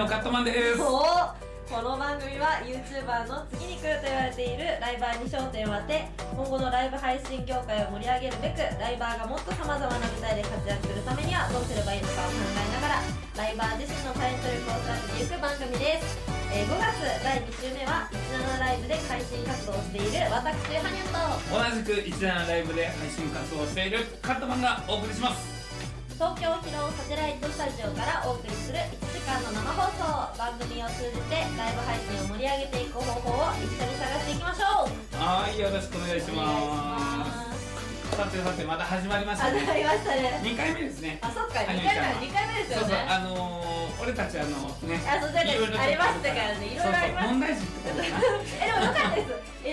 のカットマンです。 この番組は YouTuber の次に来ると言われているライバーに焦点を当て、今後のライブ配信業界を盛り上げるべく、ライバーがもっとさまざまな舞台で活躍するためにはどうすればいいのかを考えながら、ライバー自身のタレント力を育てていく番組です。5月第2週目は17ライブで配信活動をしている私ハニャと、 同じく17ライブで配信活動をしているカットマンがお送りします。 東京広尾サテライトスタジオからお送りする1時間の生放送。番組を通じてライブ配信を盛り上げていく方法を一緒に探していきましょう。 はい、よろしくお願いします。さてさて、また始まりましたね。 始まりましたね。 2回目ですね。 あ、そっか、2回目ですよね。 そうそう、俺たちね、 そうじゃありましたからね、いろいろありました。 問題児ってことかな。 でもよかったです。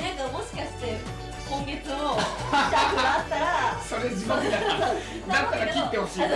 なんかもしかして今月もしたくなったらそれ自慢だな。だったら切ってほしい。い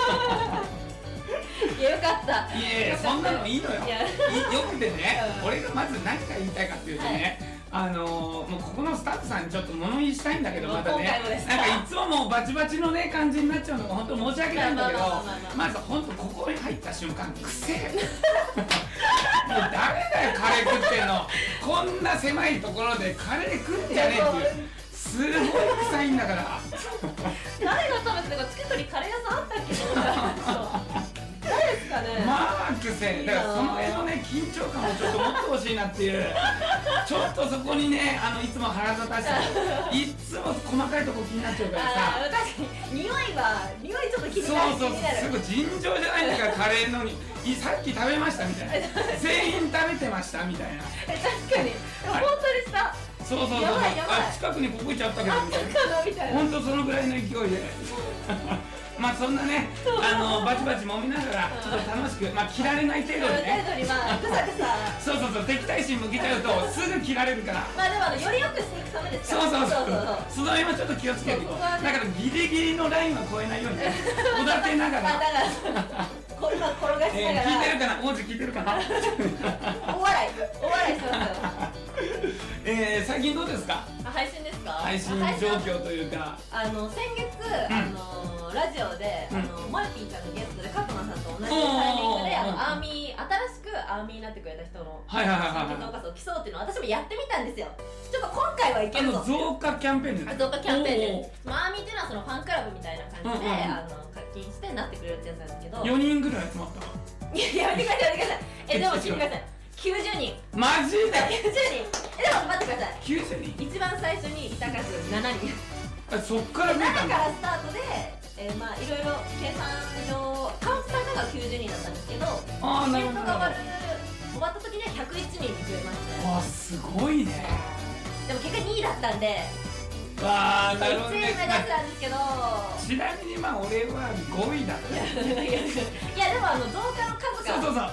や、よかった。 いや、そんなのいいのよ。よくてね、俺がまず何が言いたいかっていうとね、もうここのスタッフさんにちょっと物言いしたいんだけど、またね、なんかいつももうバチバチのね感じになっちゃうのが本当申し訳ないんだけど、まず本当ここに入った瞬間くせえ。もうダメだよ、カレー食ってんの。こんな狭いところでカレー食うんじゃねえっていう、すごい臭いんだから。 誰が食べてたか、近くにカレー屋さんあったっけと思ったんですよ。誰ですかね。 まあくせえ。だからその辺のね緊張感をちょっと持ってほしいなっていう。ちょっとそこにね、いつも腹立たしさ、いつも細かいとこ気になっちゃうからさ。 確かに匂いちょっと気になる。 そう、すぐ尋常じゃないんだから、カレーのにさっき食べましたみたいな、全員食べてましたみたいな。 確かに本当にした。 そう、 やばい近くにここいちゃったけどみたいな。本当そのぐらいの勢いで。まあそんなね、バチバチ揉みながらちょっと楽しく、まあ切られない程度にね、そう敵対心向けちゃうとすぐ切られるから。 まあでもよりよくしていくためですから。 そうその辺はちょっと気をつけていこう。だからギリギリのラインは越えないようにおだてながら、 今転がしながら。 聞いてるかな、王子聞いてるかな。 大笑いしてますよ。 最近どうですか。 配信ですか。 配信状況というか、 先月ラジオでモエピーちゃんのゲストでカットマンさんと同じタイミングで新しくアーミーになってくれた人の新規増加数を競うっていうのを私もやってみたんですよ。ちょっと今回はいけるぞ。 増加キャンペーンです。 増加キャンペーンで、アーミーっていうのはそのファンクラブみたいな感じで課金してなってくれるってやつなんですけど、 4人ぐらい集まった。 やめてください。でも聞いてください。90人。 マジで 90人。でも待ってください。 90人。 一番最初にいた数7人。 そっから増えた 7からスタートで、まあいろいろ計算上カウントされたのが90人だったんですけど、イベントが終わった時には101人に増えました。 わ、すごいね。 でも結果2位だったんで、 わあ、なるほどね。 1位目指したんですけど、 ちなみにまあ俺は5位だった。 いやでも増加の数が、 そう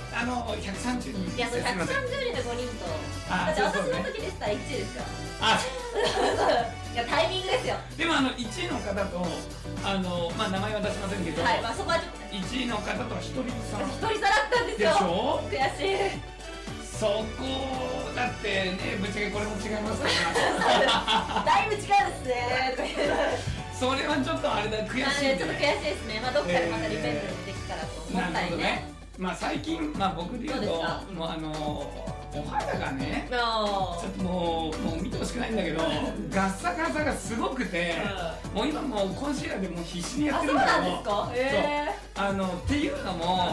130人。 いや130人で5人と、だって私の時でしたら1位ですから。いやタイミングですよ。 でも1位の方とまあ名前は出しませんけど、 はい、まあそこはちょっと 1位の方とは1人差だったんですよ。 でしょ。 悔しい。 そこだってね、ぶっちゃけこれも違いますからだいぶ違うんですね。 それはちょっとあれだ、悔しいね。 ちょっと悔しいですね。まあどっかでまたリベンジできたらと思ったりね。 まあ最近、まあ僕で言うともうお肌がね、ちょっともう見てほしくないんだけど、ガッサガサがすごくて、もう今もうコンシーラーでもう必死にやってるんだけど、っていうのも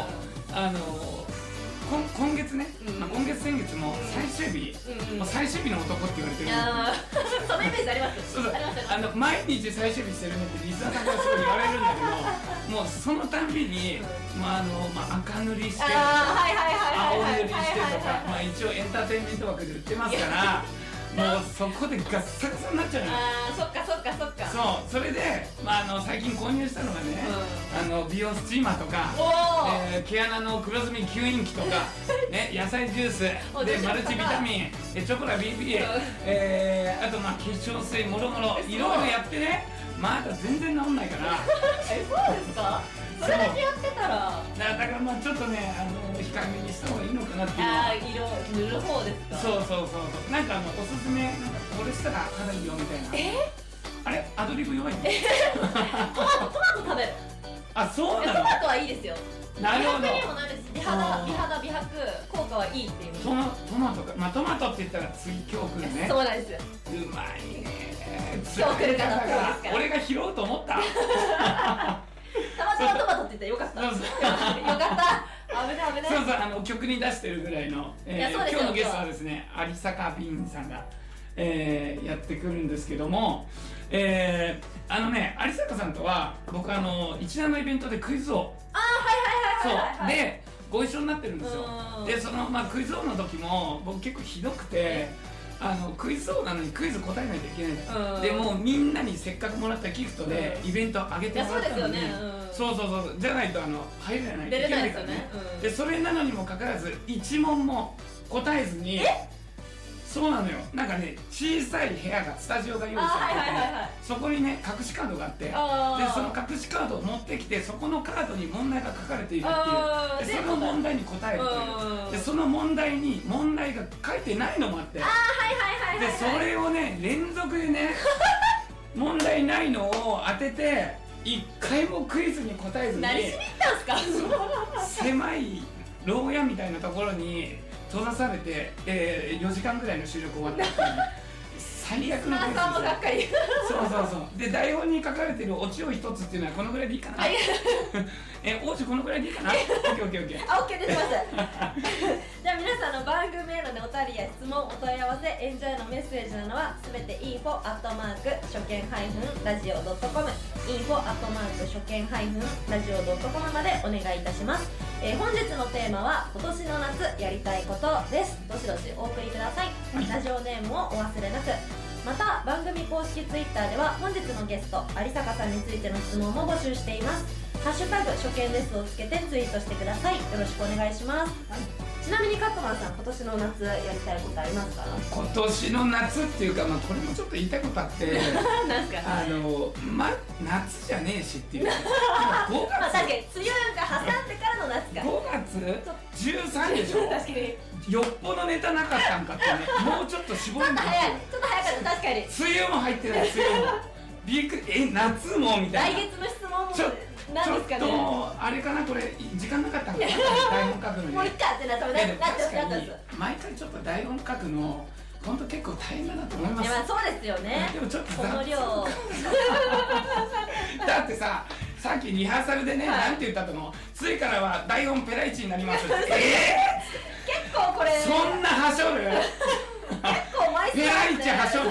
今月ね、今月先月も最終日、最終日の男って言われてる。 そのイメージあります。 そう毎日最終日してるねってリスナーさんからすごい言われるんだけど、もうそのたんびに赤塗りしてとか青塗りしてとか、まあ一応エンターテインメント枠で売ってますから、もうそこでガッサガサになっちゃうのよ。 そっか。 そう、それで最近購入したのがね、美容スチーマーとか、毛穴の黒ずみ吸引器とかね、野菜ジュースでマルチビタミン、チョコラ BB、あと化粧水もろもろいろいろやってね、まだ全然治んないから。 そうですか。それだけやってたらだからまあちょっとね、控えめにした方がいいのかなっていうのは。 色塗る方ですか。 そうなんかおすすめ、なんかこれしたら肌いいよみたいな。あれアドリブ弱い。 トマト食べる。 あ、そうなの。 トマトはいいですよ。 なるほど。 美白にもなるし、美白効果はいいっていう。 トマトか、まあトマトって言ったら次今日来るね。 そうなんですよ。 うまいね。 今日来る方ですから。 俺が拾おうと思った。 たまたまトマトって言ったらよかった。よかった。危ない危ない。 そう、曲に出してるぐらいの、今日のゲストはですね、有坂敏さんが、やってくるんですけども、有坂さんとは僕一覧のイベントでクイズ王、そうでご一緒になってるんですよ。でそのクイズ王の時も僕結構ひどくて、クイズ王なのにクイズ答えないといけない。でもうみんなにせっかくもらったギフトでイベントあげてもらったのに、そうじゃないと入れない、 出れないですよね。 でそれなのにもかかわらず1問も答えずに、そうなのよ。なんかね、小さい部屋がスタジオが用意されてて、そこにね隠しカードがあって、でその隠しカードを持ってきて、そこのカードに問題が書かれているっていう、でその問題に答えるという、でその問題に問題が書いてないのもあって、でそれをね連続でね問題ないのを当てて一回もクイズに答えずに、 何しに行ったんですか？ 狭い牢屋みたいなところに閉ざされて、4時間ぐらいの収録終わったっていう最悪のクイズですよ。そうで台本に書かれてるオチを一つっていうのはこのぐらいでいいかな。王子このぐらいでいいかな。オッケー出てます。じゃあ皆さん番組へのお便りや質問、お問い合わせ、エンジョイのメッセージなどはすべて info@ 初見ラジオ .com info@ 初見ラジオ .com までお願いいたします。本日のテーマは今年の夏やりたいことです。どしどしお送りください。ラジオネームをお忘れなく。また番組公式ツイッターでは本日のゲスト有坂さんについての質問も募集しています。ハッシュタグ初見ですをつけてツイートしてください。よろしくお願いします。ちなみにカットマンさん、今年の夏やりたいことありますか？ 今年の夏っていうか、これもちょっと言いたいことあってなんすか？ 夏じゃねえしっていう5月確かに梅雨が挟んでからの夏か。 5月13でしょ。確かによっぽどネタなかったんかってね、もうちょっと絞れんだよ。 ちょっと早かった。確かに梅雨も入ってない。梅雨もびっくり、夏もみたいな。 来月の質問も何ですかね。あれかな、これ時間なかったのかな、台本書くのに。 もういっかってなった。 確かに毎回ちょっと台本書くの本当結構大変だなと思います。 そうですよね。 でもちょっとこの量だってさっきリハーサルでね、なんて言ったの、次からは台本ペライチになりますって。 結構これそんなはしょる？ 結構枚数ペライチはしょる？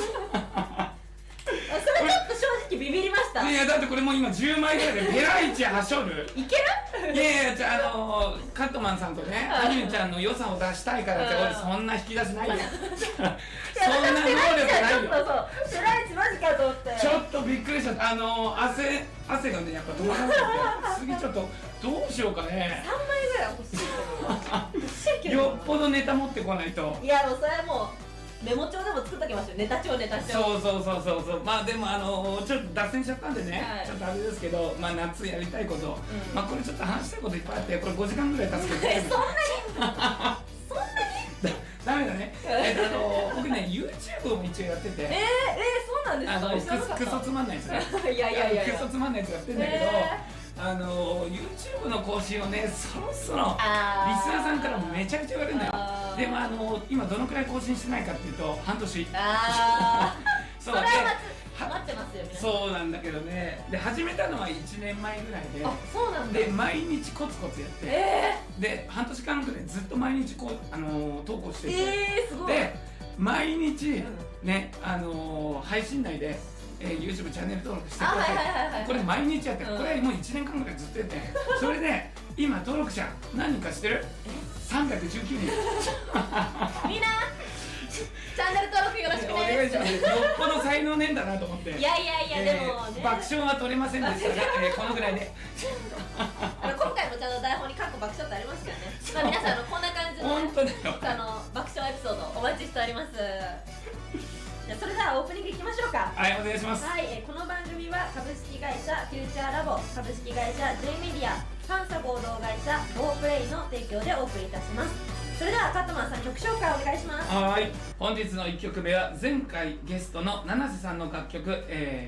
それちょっと正直ビビりました。 いやだってこれもう今10枚ぐらいでペライチはしょる？ いける？ いやじゃあカットマンさんとね、アニメちゃんの良さを出したいからって、俺そんな引き出しないよ。そんな能力ないよ。 ペライチマジかと思って。 ちょっとびっくりしちゃった。汗がねやっぱ止まらなくて、次ちょっとどうしようかね。 3枚ぐらい欲しいけど。 よっぽどネタ持ってこないと。 いやもうそれはもうメモ帳でも作っときましょう。ネタ帳。そうでもちょっと脱線しちゃったんでね、ちょっとあれですけど、夏やりたいこと、これちょっと話したいこといっぱいあって、これ5時間ぐらい経つけどそんなにダメだね。僕ね YouTube も一応やってて、 そうなんですか？ クソつまんないやつね。 いやクソつまんないやつやってんだけど、YouTube の更新をね、そろそろリスナーさんからもめちゃくちゃ言われるんだよ。でも今どのくらい更新してないかっていうと半年。 それは待ってますよね。 そうなんだけどね。で始めたのは1年前ぐらいで、 そうなんだ。 で毎日コツコツやって、で半年間ぐらいずっと毎日投稿してて、 すごい。 で毎日ね配信内でYouTube チャンネル登録してください。これ毎日やって、これもう1年間ぐらいずっとやって、それで今登録者何人か知ってる？319人。 みんなチャンネル登録よろしくお願いします。 よっぽど才能ねえんだなと思って。 いやでもね、 爆笑は取れませんでしたが、このぐらいで。 今回もちゃんと台本に過去爆笑ってありますからね。皆さんこんな感じの爆笑エピソードお待ちしております。じゃあそれではオープニングいきましょうか。 はい、お願いします。 はい、この番組は株式会社フューチャーラボ、株式会社 J メディア、ファンサ合同会社ゴープレイの提供でお送りいたします。それではカットマンさん、曲紹介お願いします。 はい、本日の1曲目は前回ゲストの七瀬さんの楽曲、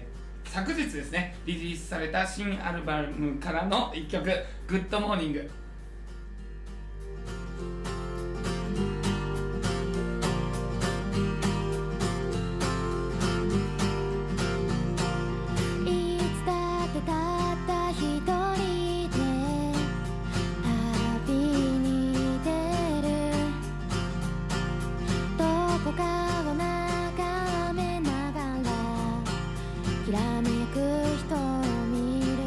昨日ですねリリースされた新アルバムからの1曲「グッドモーニング」。 きらめく人を見る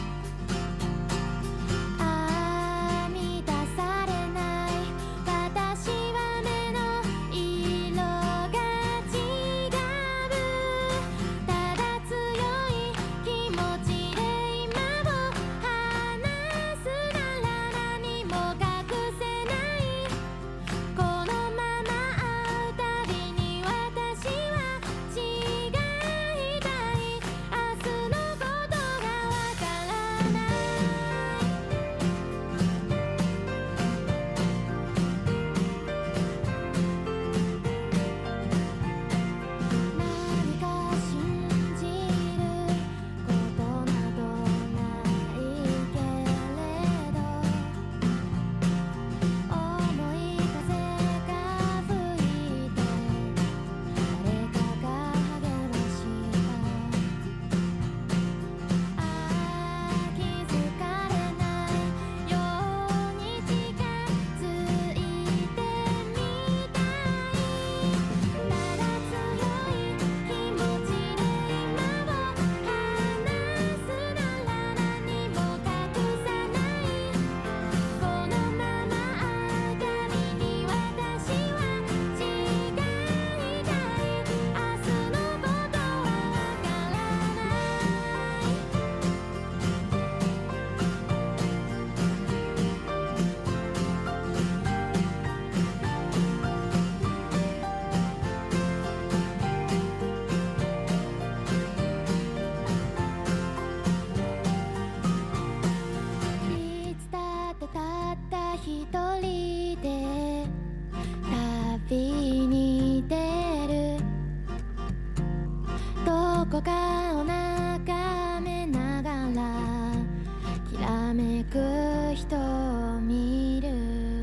こかを眺めながらきらめく人を見る。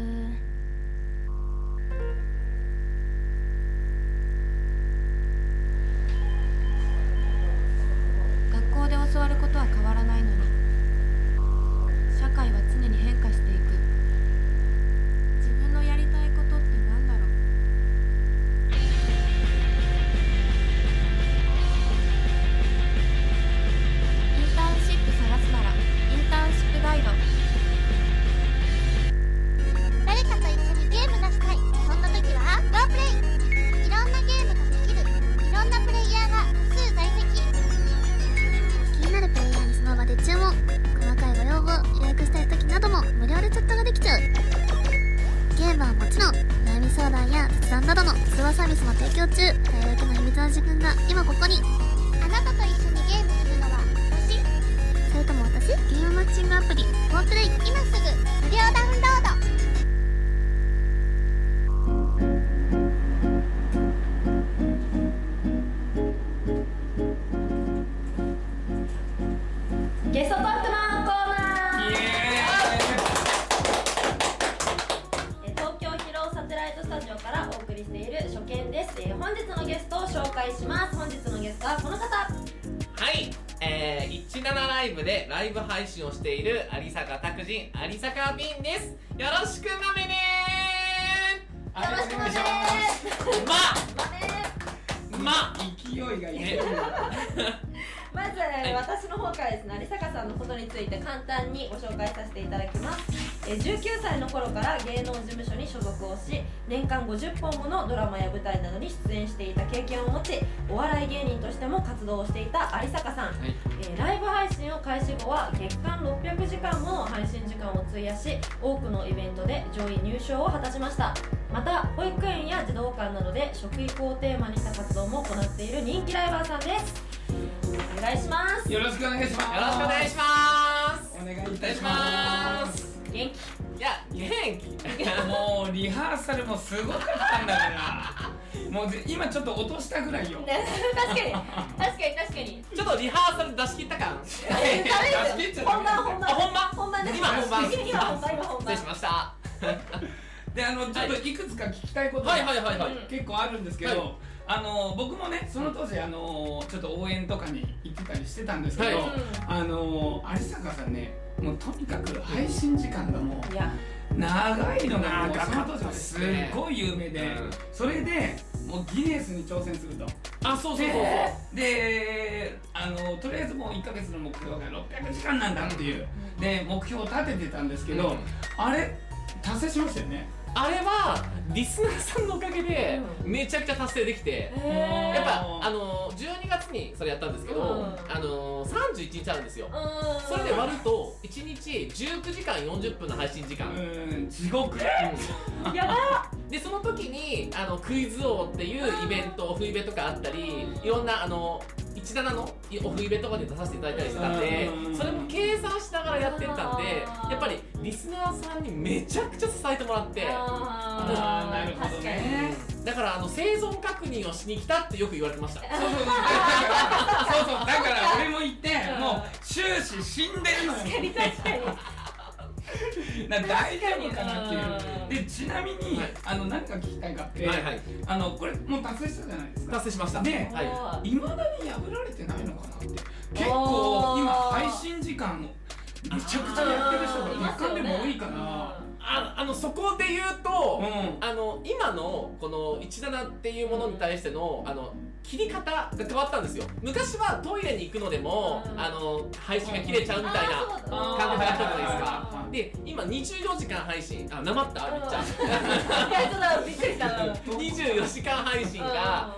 学校で教わることは変わらないのに、社会は常に変化していく。自分のやりたいことって何だろう。インターンシップ探すならインターンシップガイド。 誰かと一緒にゲームがしたい、そんな時はロープレイ。いろんなゲームができる、いろんなプレイヤーが複数在籍。 気になるプレイヤーにその場で注文、細かいご要望、予約したい時なども無料でチャットができちゃう。ゲームはもちろん悩み相談や雑談などの通話サービスも提供中。買い分けの秘密の自分が今ここに。 あなたと一緒にゲームするのは私。 それとも私？ゲームマッチングアプリフォープレイ、 今すぐ無料ダウンロード。 ゲストトークのコーナー。 イエ東京広尾サテライトスタジオからお送りしている初見です。本日のゲストを紹介します。本日のゲストはこの方。 はい、17ライブでライブ配信をしている有坂拓人、有坂ピンです。よろしくまめねーイ。 よろしくお願いし勢いがいいね。 まず、私の方からですね、有坂さんのことについて簡単にご紹介させていただきます。19歳の頃から芸能事務所に所属をし、年間50本ものドラマや舞台などに出演していた経験を持ち、お笑い芸人としても活動をしていた有坂さん、ライブ配信を開始後は月間600時間もの配信時間を費やし、多くのイベントで上位入賞を果たしました。また保育園や児童館などで食育をテーマにした活動も行っている人気ライバーさんです。お願いします。 よろしくお願いします。 よろしくお願いします。 お願いいたします。 元気。 いや元気もうリハーサルもすごかったんだからもう今ちょっと落としたぐらいよ。 確かにちょっとリハーサル出し切った感ダメですよ。本番です。 今本番失礼しました。 でちょっといくつか聞きたいことが結構あるんですけど、僕もねその当時ちょっと応援とかに行ってたりしてたんですけど、有坂さんねもうとにかく配信時間がもう長いのがその当時はすごい有名で、それでもうギネスに挑戦すると。 そうでとりあえずもう1ヶ月の目標が600時間なんだっていうで目標を立ててたんですけど、あれ達成しましたよね。 あれはリスナーさんのおかげでめちゃくちゃ達成できて、やっぱ12月にそれやったんですけど、31日あるんですよ。それで割ると1日19時間40分の配信時間。 地獄。 やばっ。 でその時にクイズ王っていうイベント、オフイベとかあったり、いろんな17のオフイベとかで出させていただいたりしてたんで、それも計算しながらやってったんで、やっぱりリスナーさんにめちゃくちゃ支えてもらって。 なるほどね。 だから生存確認をしに来たってよく言われてました。そうだから俺も言ってもう終始死んでるのよ。 確かに大丈夫かなっていう。でちなみに何か聞きたいかってこれもう達成したじゃないですか。 達成しました。 でいまだに破られてないのかなって。結構今配信時間めちゃくちゃやってる人が月間でも多いから。 そこで言うと、今のこの17っていうものに対しての切り方が変わったんですよ。昔はトイレに行くのでも配信が切れちゃうみたいな感覚があったじゃないですか。で今24時間配信なまった言っちゃう。 いやちょっとびっくりした。 24時間配信が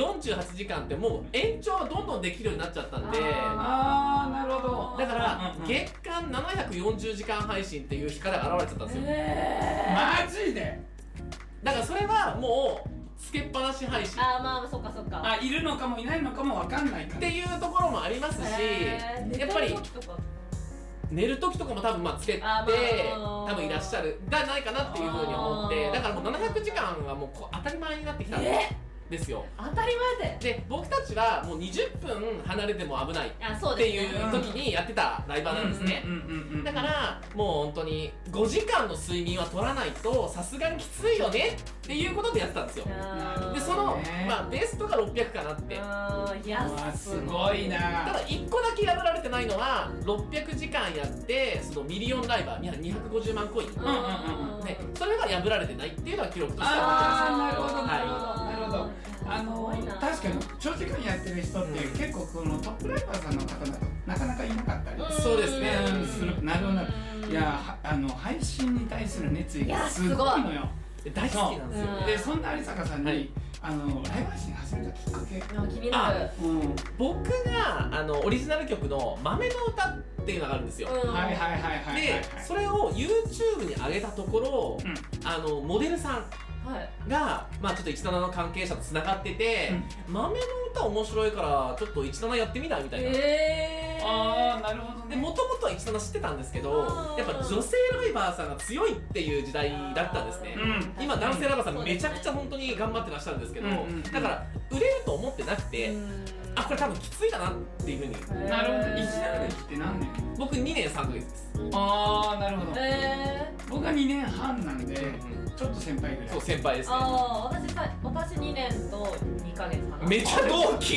48時間ってもう延長はどんどんできるようになっちゃったんで、 なるほど。 だから月間740時間配信っていう光が現れちゃったんですよ。 マジで。 だからそれはもうつけっぱなし配信。 まあそっかそっか。 いるのかもいないのかもわかんないからっていうところもありますし、やっぱり寝る時とかも多分つけて多分いらっしゃるじゃないかなっていうふうに思って、だからもう700時間はもう当たり前になってきたんですよ。 当たり前で僕たちはもう20分離れても危ないっていう時にやってたライバーなんですね。だからもう本当に5時間の睡眠は取らないとさすがにきついよねっていうことでやってたんですよ。でそのベストが600かなって。 いやすごいな。 ただ1個だけ破られてないのは600時間やってそのミリオンライバー250万コインでそれが破られてないっていうのは記録としてはなるほどなるほど。確かに長時間やってる人って結構このトップライバーさんの方だとなかなかいなかったり。 そうですね。 なるほど。いや配信に対する熱意がすごいのよ。 大好きなんですよ。 でそんな有坂さんにライブ配信始めたきっかけ。 気になる。 僕がオリジナル曲の豆の歌っていうのがあるんですよ。でそれを YouTube に上げたところモデルさんがちょっと17の関係者とつながってて、豆の歌面白いからちょっと17やってみないみたいな。 なるほどね。 でもともとは17知ってたんですけど、やっぱ女性ライバーさんが強いっていう時代だったんですね。今男性ライバーさんめちゃくちゃ本当に頑張ってらっしゃるんですけど、だから売れると思ってなくて、これ多分きついかなっていうふうに。 なるほど。17歴って何年？ 僕2年3ヶ月です。 なるほど。僕が2年半なんでちょっと先輩ぐらい。 そう先輩ですね。 私2年と2ヶ月かな。 めちゃ同期。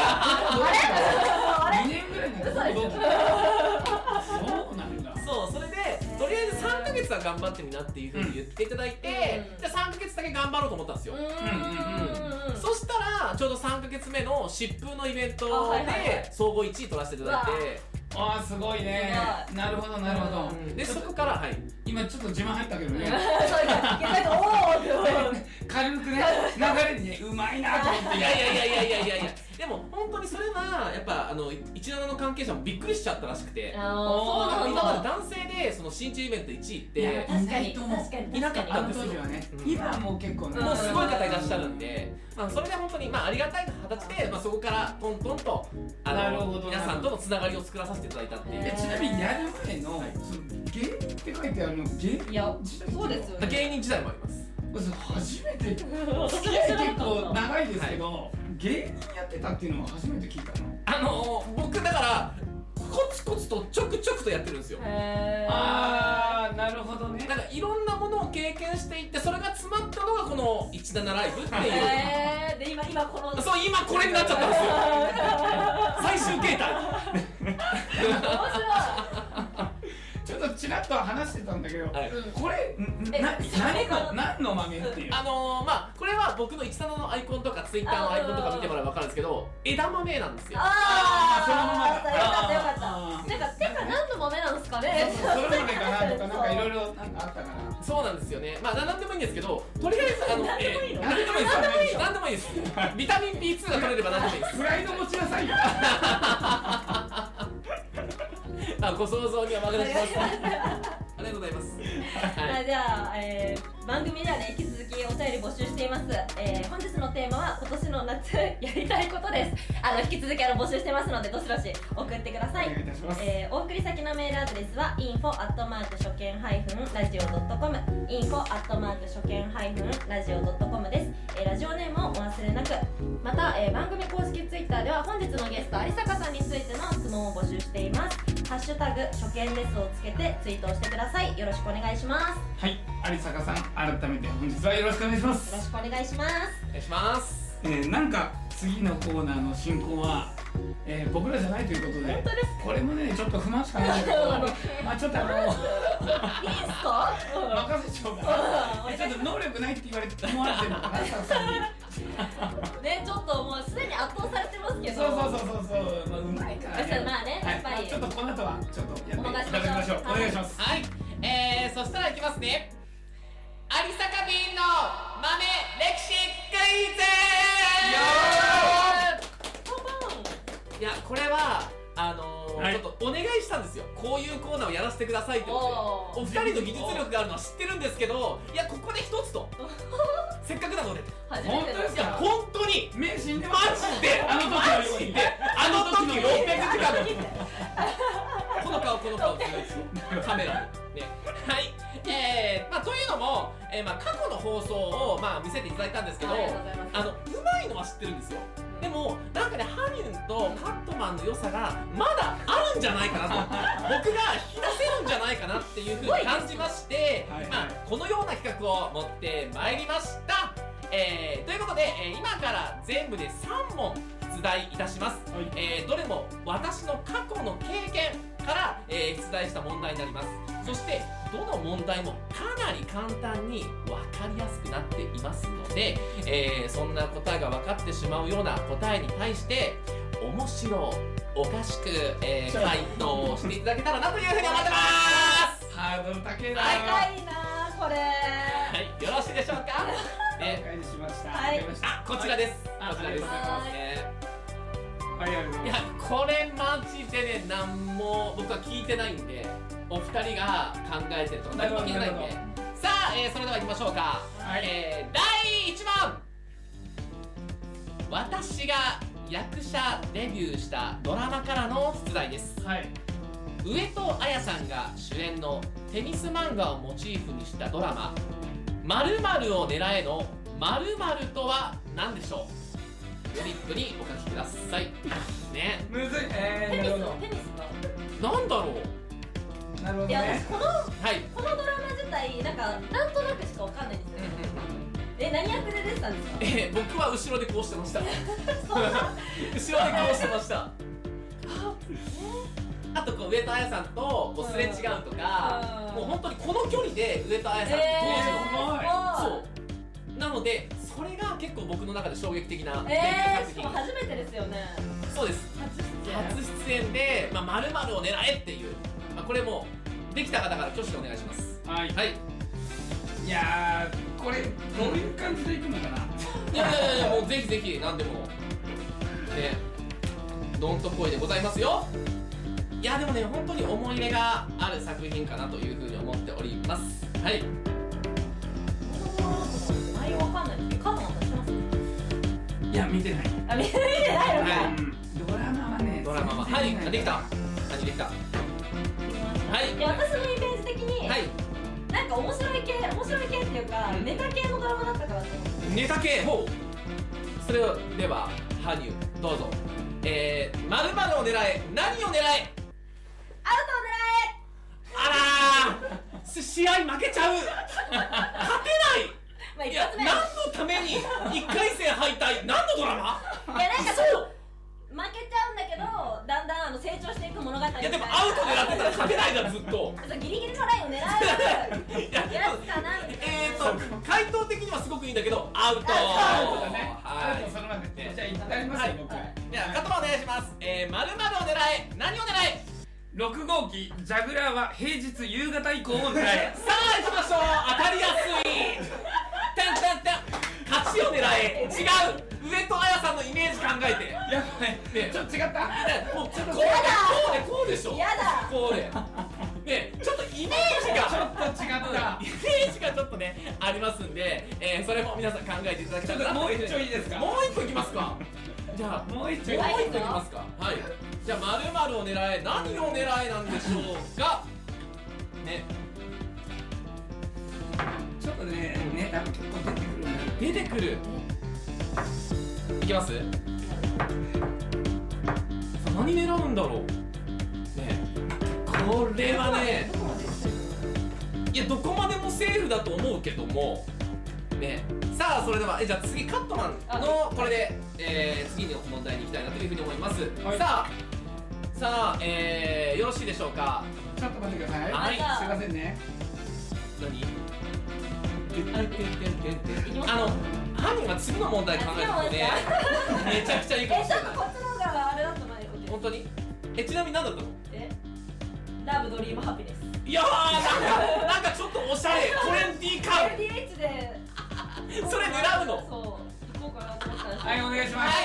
あれ 2年ぐらいの同期。そうなんだ。 それでとりあえず3ヶ月は頑張ってみなっていうふうに言っていただいて、じゃあ3ヶ月だけ頑張ろうと思ったんですよ。そしたらちょうど3ヶ月目の疾風のイベントで総合1位取らせていただいて。 すごいね。なるほどなるほど。 でそこから今ちょっと自慢入ったけどね。軽くね流れにねうまいなと思って。 いやでも本当にそれはやっぱ17の関係者もびっくりしちゃったらしくて、 そうなんだ。 今まで男性でその新中イベント1位って確かにいなかったんですよ。 今はもう結構ね、 もうすごい方いらっしゃるんで、それで本当にありがたい形でそこからトントンと皆さんとのつながりを作らさせていただいたっていう。 ちなみにやる前の芸人って書いてあるの芸人？ いやそうですよね。 芸人時代もあります。 初めて付き合い結構長いですけど、芸人やってたっていうのは初めて聞いたの。 僕だからコツコツとちょくちょくとやってるんですよ。 ああ、なるほどね。 なんかいろんなものを経験していって、それが詰まったのがこの17ライブっていう。 で今このそう今これになっちゃったんですよ。最終形態。 面白い。 ちょっとちらっと話してたんだけど、これ何の豆っていう。 これは僕の17のアイコンとかツイッターのアイコンとか見てもらえば分かるんですけど、枝豆なんですよ。 そのままだ。よかったよかった。なんか何の豆なんですかね。 それぞれかなとかなんかいろいろなんかあったから。 そうなんですよね。何でもいいんですけど、とりあえず何でもいいです。何でもいいです。ビタミン B2 が取れれば何でもいいです。 プライド持ちなさいよ。 ご想像には任せます。ありがとうございます。 じゃあ、番組ではね引き続きお便り募集しています。本日のテーマは今年の夏やりたいことです。引き続き募集してますのでどしどし送ってください。 お願いいたします。 お送り先のメールアドレスは info@初見-radio.com info@初見-radio.com です。ラジオネームをお忘れなく。また、番組公式ツイッターでは本日のゲスト有坂さんについての質問を募集しています。ハッシュタグ初見ですをつけてツイートをしてください。よろしくお願いします。 はい、有坂さん改めて本日はよろしくお願いします。 よろしくお願いします。 お願いします。 なんか次のコーナーの進行は、僕らじゃないということで、 本当ですか？ これもねちょっと不満しかないんだけどちょっといいですか？ 任せちゃおうかな。ちょっと能力ないって言われて思われてるのかな、スタッフさんに。 ね、ちょっともうすでに圧倒されてますけど。 そう、うまいからね。 まあね、やっぱりちょっとこの後はちょっとやっていただきましょう。お願いします。 はい、そしたらいきますね。有坂便の豆歴史クイズ。いや、これはちょっとお願いしたんですよ。こういうコーナーをやらせてくださいってことで、お二人の技術力があるのは知ってるんですけど、いやここで一つとせっかくなので。 本当ですか？ 本当に目死んでマジであの時600時間この顔カメラにね。はい、というのも、過去の放送を見せていただいたんですけど、うまいのは知ってるんですよ。でもなんかね、ハニュンとカットマンの良さがまだあるんじゃないかなと、僕が引き出せるんじじゃないかなっていうふうに感じまして、このような企画を持ってまいりました。ということで、今から全部で3問出題いたします。どれも私の過去の経験から、出題した問題になります。そしてどの問題もかなり簡単に分かりやすくなっていますので、そんな答えが分かってしまうような答えに対して面白おかしく、回答をしていただけたらなというふうに思ってます。 ハードル高いな。 高いなこれ。 はい、よろしいでしょうか。 了解しました。 はい。 あ、こちらです。こちらです。いや、これマジでね、何も僕は聞いてないんで、お二人が考えてるとか何も聞いてないんで。さあ、それでは行きましょうか。第1問。私が役者デビューしたドラマからの出題です。上戸彩さんが主演のテニス漫画をモチーフにしたドラマ「〇〇を狙え」の〇〇とは何でしょう。フリップにお書きくださいね。 むずい。 テニスなんだろう。 なるほどね。 いや、私このドラマ自体なんとなくしかわかんないんですよ。何役で出てたんですか？ 僕は後ろでこうしてました。後ろでこうしてました。あとこう上戸彩さんとこうすれ違うとか、もう本当にこの距離で上戸彩さんとそうなので、それが結構僕の中で衝撃的なデビュー作品。 初めてですよね。 そうです。初出演で〇〇を狙えっていう、これもできた方から挙手でお願いします。はい。いやー、これどういう感じでいくのかな。 いやもうぜひぜひ何でもね。 どんとこいでございますよ。いやでもね、本当に思い入れがある作品かなというふうに思っております。はい。 内容わかんないですけど、カードなんかしてます？ いや、見てない。 あ、見てないのか。 ドラマはね、 ドラマははい、できた。できた。はい。 いや、私のイメージ的に、 はい。 なんか面白い系っていうか、ネタ系のドラマだったからと思って。 ネタ系、ほう。それでは、羽生、どうぞ。〇〇を狙え、何を狙え。 アウトを狙え。 あらー、試合負けちゃう。勝てない。いや、何のために1回戦敗退。何のドラマ。 いや、なんかそう負けちゃうんだけど、だんだん成長していく物語。いや、でもアウト狙ってたら勝てないじゃん、ずっと。 ギリギリのラインを狙うやつかな。 回答的にはすごくいいんだけど、アウト。 アウトだね。はい、そのまで。じゃあ、いただきますよ、僕。 では、カトマお願いします。〇〇を狙え、何を狙え。 6号機ジャグラーは平日夕方以降を狙え。 さあ行きましょう。当たりやすい。タンタンタン。勝ちを狙え。違う。上戸彩さんのイメージ考えて。 やばいね。ちょっと違った。 もうこうでしょ。 やだ。 こうで。ね、ちょっとイメージがちょっと違った。 イメージがちょっとねありますんで、それも皆さん考えていただきたいな。 もう一丁いいですか。 もう一個いきますか。じゃあもう一個いきますか。はい。じゃあ〇〇を狙え、何を狙えなんでしょうか。ね。 ちょっとね、ネタ結構出てくるんだ。 出てくる。いきます。何狙うんだろう。ね。これはね。いや、どこまでもセーフだと思うけども。ね。さあ、それではじゃあ次カットマンのこれで、次の問題に行きたいなというふうに思います。はい、さあ、よろしいでしょうか。 ちょっと待ってください。 はい、 すいませんね。 何？犯人は次の問題考えるとね、めちゃくちゃいいかもしれない。 ちょっとこっちの方があれだったのよ。 本当に？ちなみに何だったの？ ラブドリームハピネス。 いやー、なんかちょっとおしゃれ。20カウン。 LDH で。 それ狙うの？ そう。行こうかなと思ったんです。 はい、お願いします。 はい、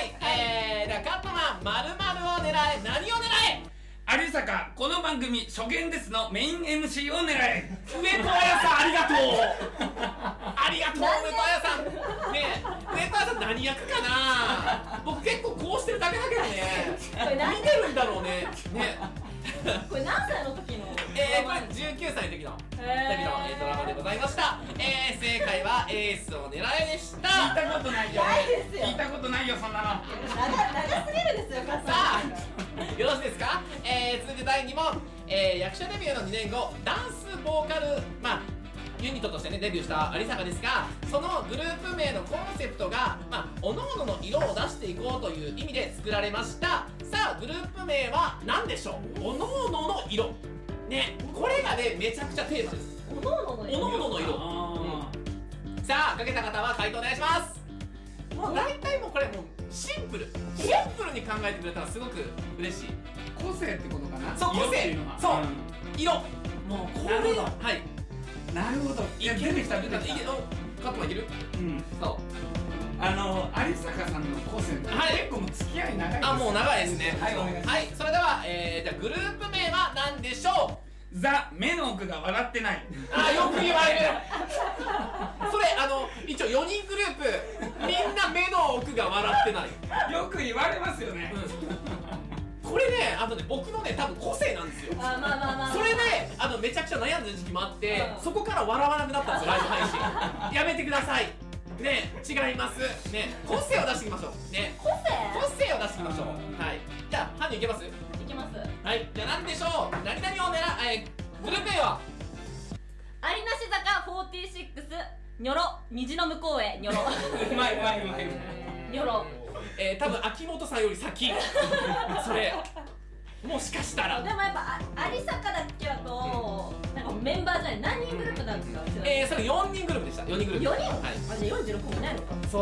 ではカットマン、〇〇を狙え、何を狙え。 有坂、この番組初見ですのメイン MC を狙え。 上戸彩さん、ありがとう。ありがとう、上戸彩さん。ねえ、上戸彩さん何役かな。僕結構こうしてるだけだけどね。見てるんだろうね。ね。 これ何歳の時の？ これ19歳の時のドラマでございました。正解はエースを狙えでした。 聞いたことないよ。聞いたことないよ、そんなの。 長すぎるですよ、 さあ、よろしいですか。続いて第2問。役者デビューの2年後、ダンスボーカルユニットとしてねデビューした有坂ですが、そのグループ名のコンセプトが各々の色を出していこうという意味で作られました。さあ、グループ名は何でしょう。各々の色ね、これがねめちゃくちゃテーマです。 各々の色。さあ、かけた方は回答お願いします。もう大体もうこれもうシンプルに考えてくれたらすごく嬉しい。 個性ってことかな。 そう、個性。そう、色。もうこれ、はい。 なるほど。いや、出てきた。カットもいける？ うん。そう。有坂さんの個性って結構もう付き合い長いです。 もう長いですね。 はい、お願いします。 はい、それではじゃあグループ名は何でしょう？ ザ・目の奥が笑ってない。 よく言われる。それ一応4人グループみんな目の奥が笑ってない。 よく言われますよね。 これね、僕のね多分個性なんですよ。それでめちゃくちゃ悩んでる時期もあって、そこから笑わなくなったんですよ、ライブ配信。やめてくださいね、違いますね、個性を出していきましょうね。個性を出していきましょう。はい、じゃあ犯人いけます？いけます。 はい、じゃあ何でしょう。何々を狙グループ名は有梨坂46ニョロ、虹の向こうへニョロ。 うまい。 ニョロ。 多分秋元さんより先。それもしかしたら。 でもやっぱ有坂だけだとなんかメンバーじゃない、何人グループなんですか？ それ4人グループでした。4人グループ。 4人？はい。じゃあ46もいないのか。 そう。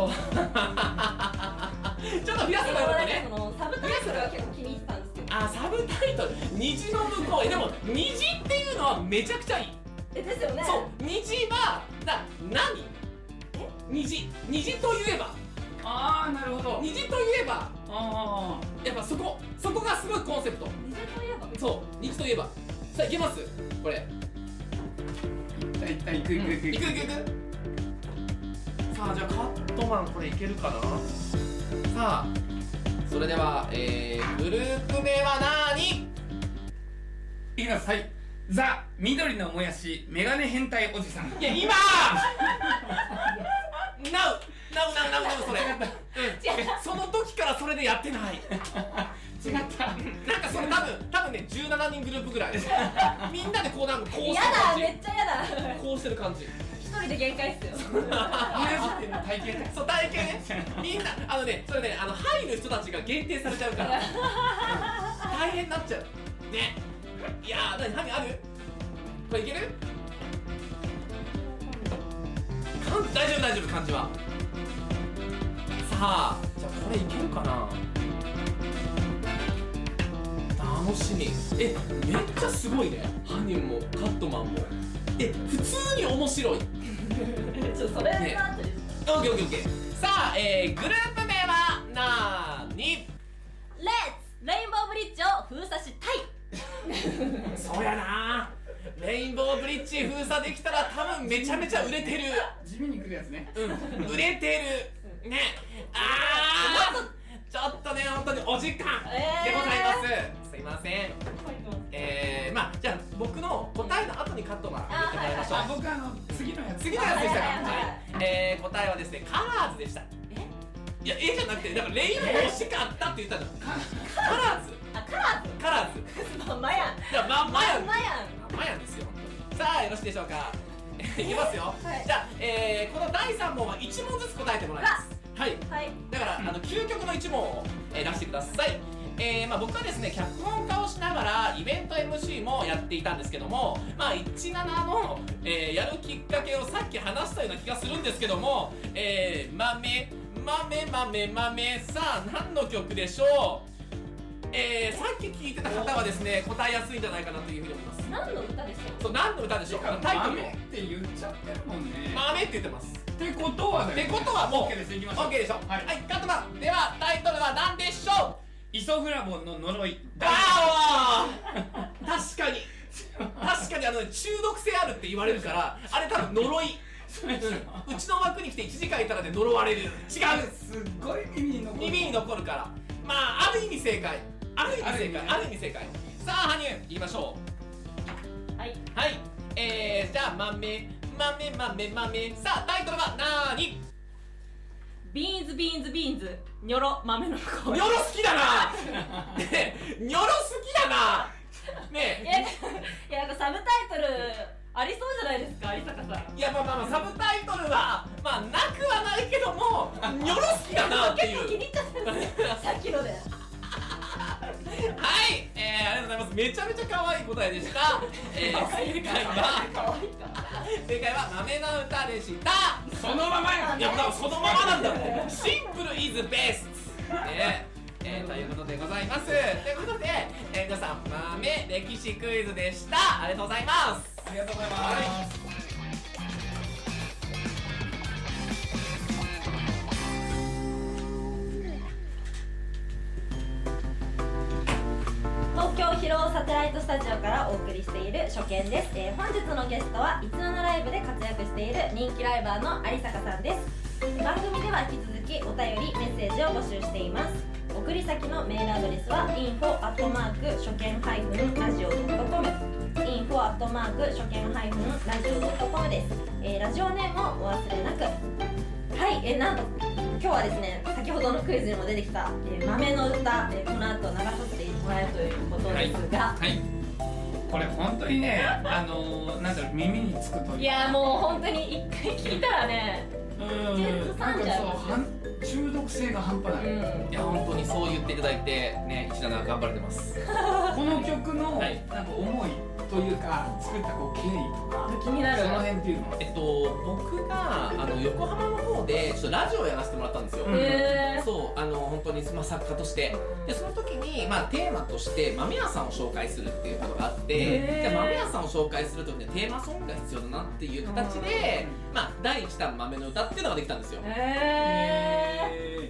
ちょっと増やせばよかったね。 サブタイトルは結構気に入ってたんですけど。 サブタイトル虹の向こうへ。でも虹っていうのはめちゃくちゃいい。 ですよね。 そう、虹は何？虹といえばああ、なるほど。 虹といえばやっぱそこがすごいコンセプト。 虹といえば、 そう、虹といえば。さあいけますこれ。 いったいく。 さあじゃあカットマンこれいけるかな。さあそれでは、グループ名は何？ いきます。はい。ザ・緑のもやしメガネ変態おじさん。 いや今なうそれ。その時からそれでやってない。 違った。 なんかそれ多分ね17人グループぐらい。みんなでこうなんかこうしてるやだ、 感じ。 めっちゃやだ。 こうしてる感じ。 一人で限界っすよ。 もやしっていうの体験ね。 そう体験ね。みんなそれね入る人たちが限定されちゃうから大変になっちゃうね。いやー何ある？これいける？大丈夫漢字は。さあじゃあこれいけるかな。楽しみ。めっちゃすごいね。ハニュンもカットマンも普通に面白い。 それね。 オッケー。さあ、グループ名はなーに？ レッツレインボーブリッジを封鎖したい。 そうやな。レインボーブリッジ封鎖できたら多分めちゃめちゃ売れてる。 地味に来るやつね。 売れてるね。ちょっとね本当にお時間でございます。すいません。まあじゃあ僕の答えの後にカットマン言ってもらいましょう。 僕次のやつでしたから。答えはですねカラーズでした。いやじゃなくてだからレインボー欲しかったって言ったの。カラーズ。 マヤン。 いやマヤンですよ本当に。さあよろしいでしょうか。いきますよ。じゃあこの第3問は1問ずつ答えてもらいます。はい。だから究極の1問を出してください。僕はですね脚本家をしながらイベント MC もやっていたんですけども、17の、やるきっかけをさっき話したような気がするんですけども、豆さあ何の曲でしょう。さっき聞いてた方はですね答えやすいんじゃないかなというふうに思います。 何の歌でしょう。 そう何の歌でしょう。タイトル豆って言っちゃってるもんね。 豆って言ってます。 ってことはもう OK です。いきましょう。 OK でしょ。はいカットマンではタイトルは何でしょう。 イソフラボンの呪い。 確かに中毒性あるって言われるからあれ多分呪い。うちの枠に来て1時間いたらで呪われる。違う。 すっごい耳に残るから。ある意味正解。ある意味正解。さあハニュン言いましょう。はいじゃあ豆さあタイトルはなーに？ ビーンズニョロ豆の声。 ニョロ好きだな。ねえニョロ好きだな。ねえいやなんかサブタイトルありそうじゃないですか有坂さん。 いやサブタイトルはなくはないけどもニョロ好きだなっていう。 結構気に入っちゃったんですよさっきので。 はい、ありがとうございます。めちゃめちゃ可愛い答えでした。正解は豆の歌でした。 そのままや。 いやそのままなんだ。シンプルイズベスト。ということでございます。ということで、皆さん豆歴史クイズでした。ありがとうございます。 ありがとうございます。 東京広尾サテライトスタジオからお送りしている初見です。本日のゲストはいつのライブで活躍している人気ライバーの有坂さんです。番組では引き続きお便りメッセージを募集しています。送り先のメールアドレスは info@ 初見-radio.com info@ 初見-radio.com です。ラジオネームをお忘れなく。はい、なんと今日はですね先ほどのクイズにも出てきた、豆の歌、この後流させてもらえるということですが、 これ本当にねなんだろう耳につくというか。 いやもう本当に一回聞いたらね中毒性が半端ない。 いや本当にそう言っていただいてね17頑張れてます。 この曲のなんか思いというか作った経緯とか気になる。 その辺っていうのは僕が横浜の方でちょっとラジオをやらせてもらったんですよ。そう本当に作家としてでその時にテーマとして豆屋さんを紹介するっていうことがあってじゃあ豆屋さんを紹介する時にはテーマソングが必要だなっていう形で第1弾豆の歌っていうのができたんですよ。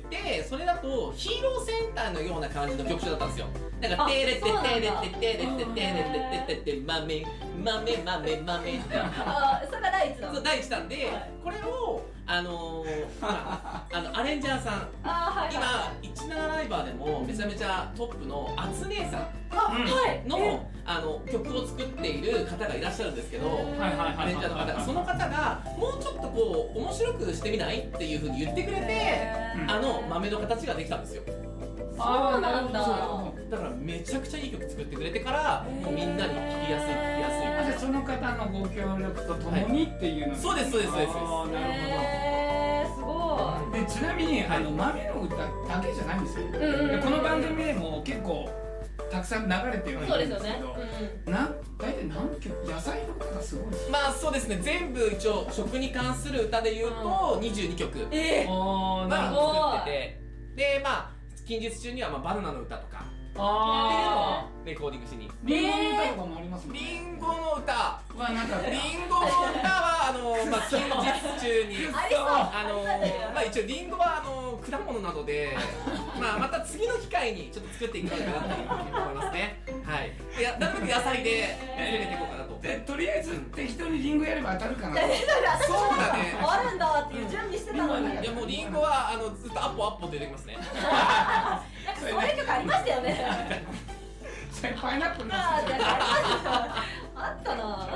だとヒーローセンターのような感じの曲調だったんですよ。なんかテレテテレテテレテテレテテテ豆豆豆豆って、 あ、それが第一弾。 そう第一弾で、これをアレンジャーさん、今17ライバーでもめちゃめちゃトップのあつ姉さんの曲を作っている方がいらっしゃるんですけど、アレンジャーの方が、その方がもうちょっとこう面白くしてみないっていうふうに言ってくれて、豆の形ができたんですよ。 そうなんだ。 だからめちゃくちゃいい曲作ってくれてから、もうみんなに聴きやすい聴きやすい。 じゃあその方のご協力とともにっていうの、 そうですそうですそうです。 なるほど。 すごい。 でちなみに豆の歌だけじゃないんですよ。この番組でも結構たくさん流れてるんですけど、 そうですよね。 大体何曲、野菜の歌がすごいです。 まあそうですね、全部一応食に関する歌で言うと22曲作ってて、でまあ近日中にはバナナの歌とかっていうのをレコーディングしに。 リンゴの歌とかもありますもんね。 リンゴの歌はなんかリンゴの歌は近日中に一応リンゴは果物なのでまた次の機会にちょっと作っていきたいかなというふうに思いますね。はい。なるべく野菜で攻めていこうかなと。 とりあえず適当にリンゴやれば当たるかな。 そうだね。 あるんだっていう準備してたのに。 いやもうリンゴはずっとアッポアッポ出てきますね。 なんかそういう曲ありましたよね。 パイナップルのあったな。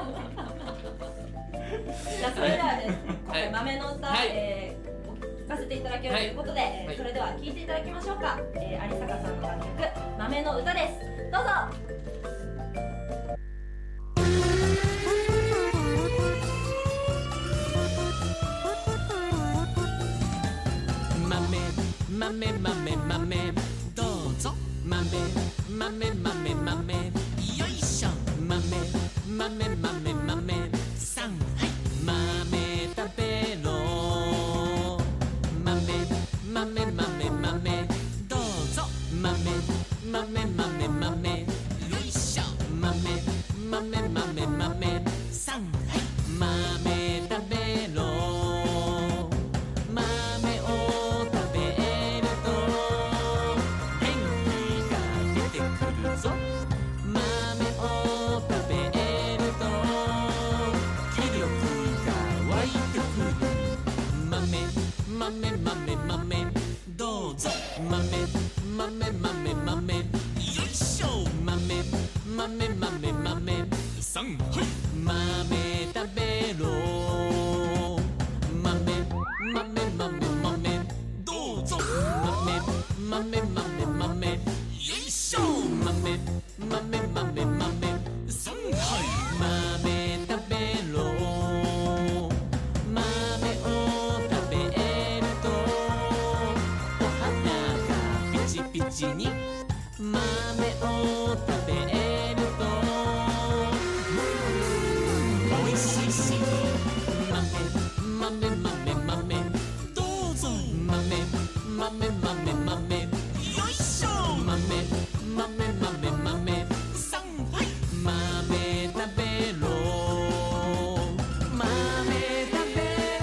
じゃあそれではね、今回豆の歌、聞かせていただけるということで、それでは聴いていただきましょうか。有坂さんの楽曲「豆の歌」です。どうぞ。 豆豆豆どうぞ豆豆豆豆よいしょ豆豆豆豆さんはい豆食べろ豆豆豆豆どうぞ豆豆豆豆よいしょ豆豆豆豆さんはい豆食べろ豆豆豆どうぞ豆豆豆豆よいしょ豆豆豆豆さんはい豆食べろ豆豆豆豆どうぞ豆豆豆豆よいしょ豆豆豆豆さんはい豆食べろピチに豆を食べるとおいしいし豆豆豆豆どうぞ豆豆豆豆よいしょ豆豆豆豆さんはい豆食べろ豆食べろ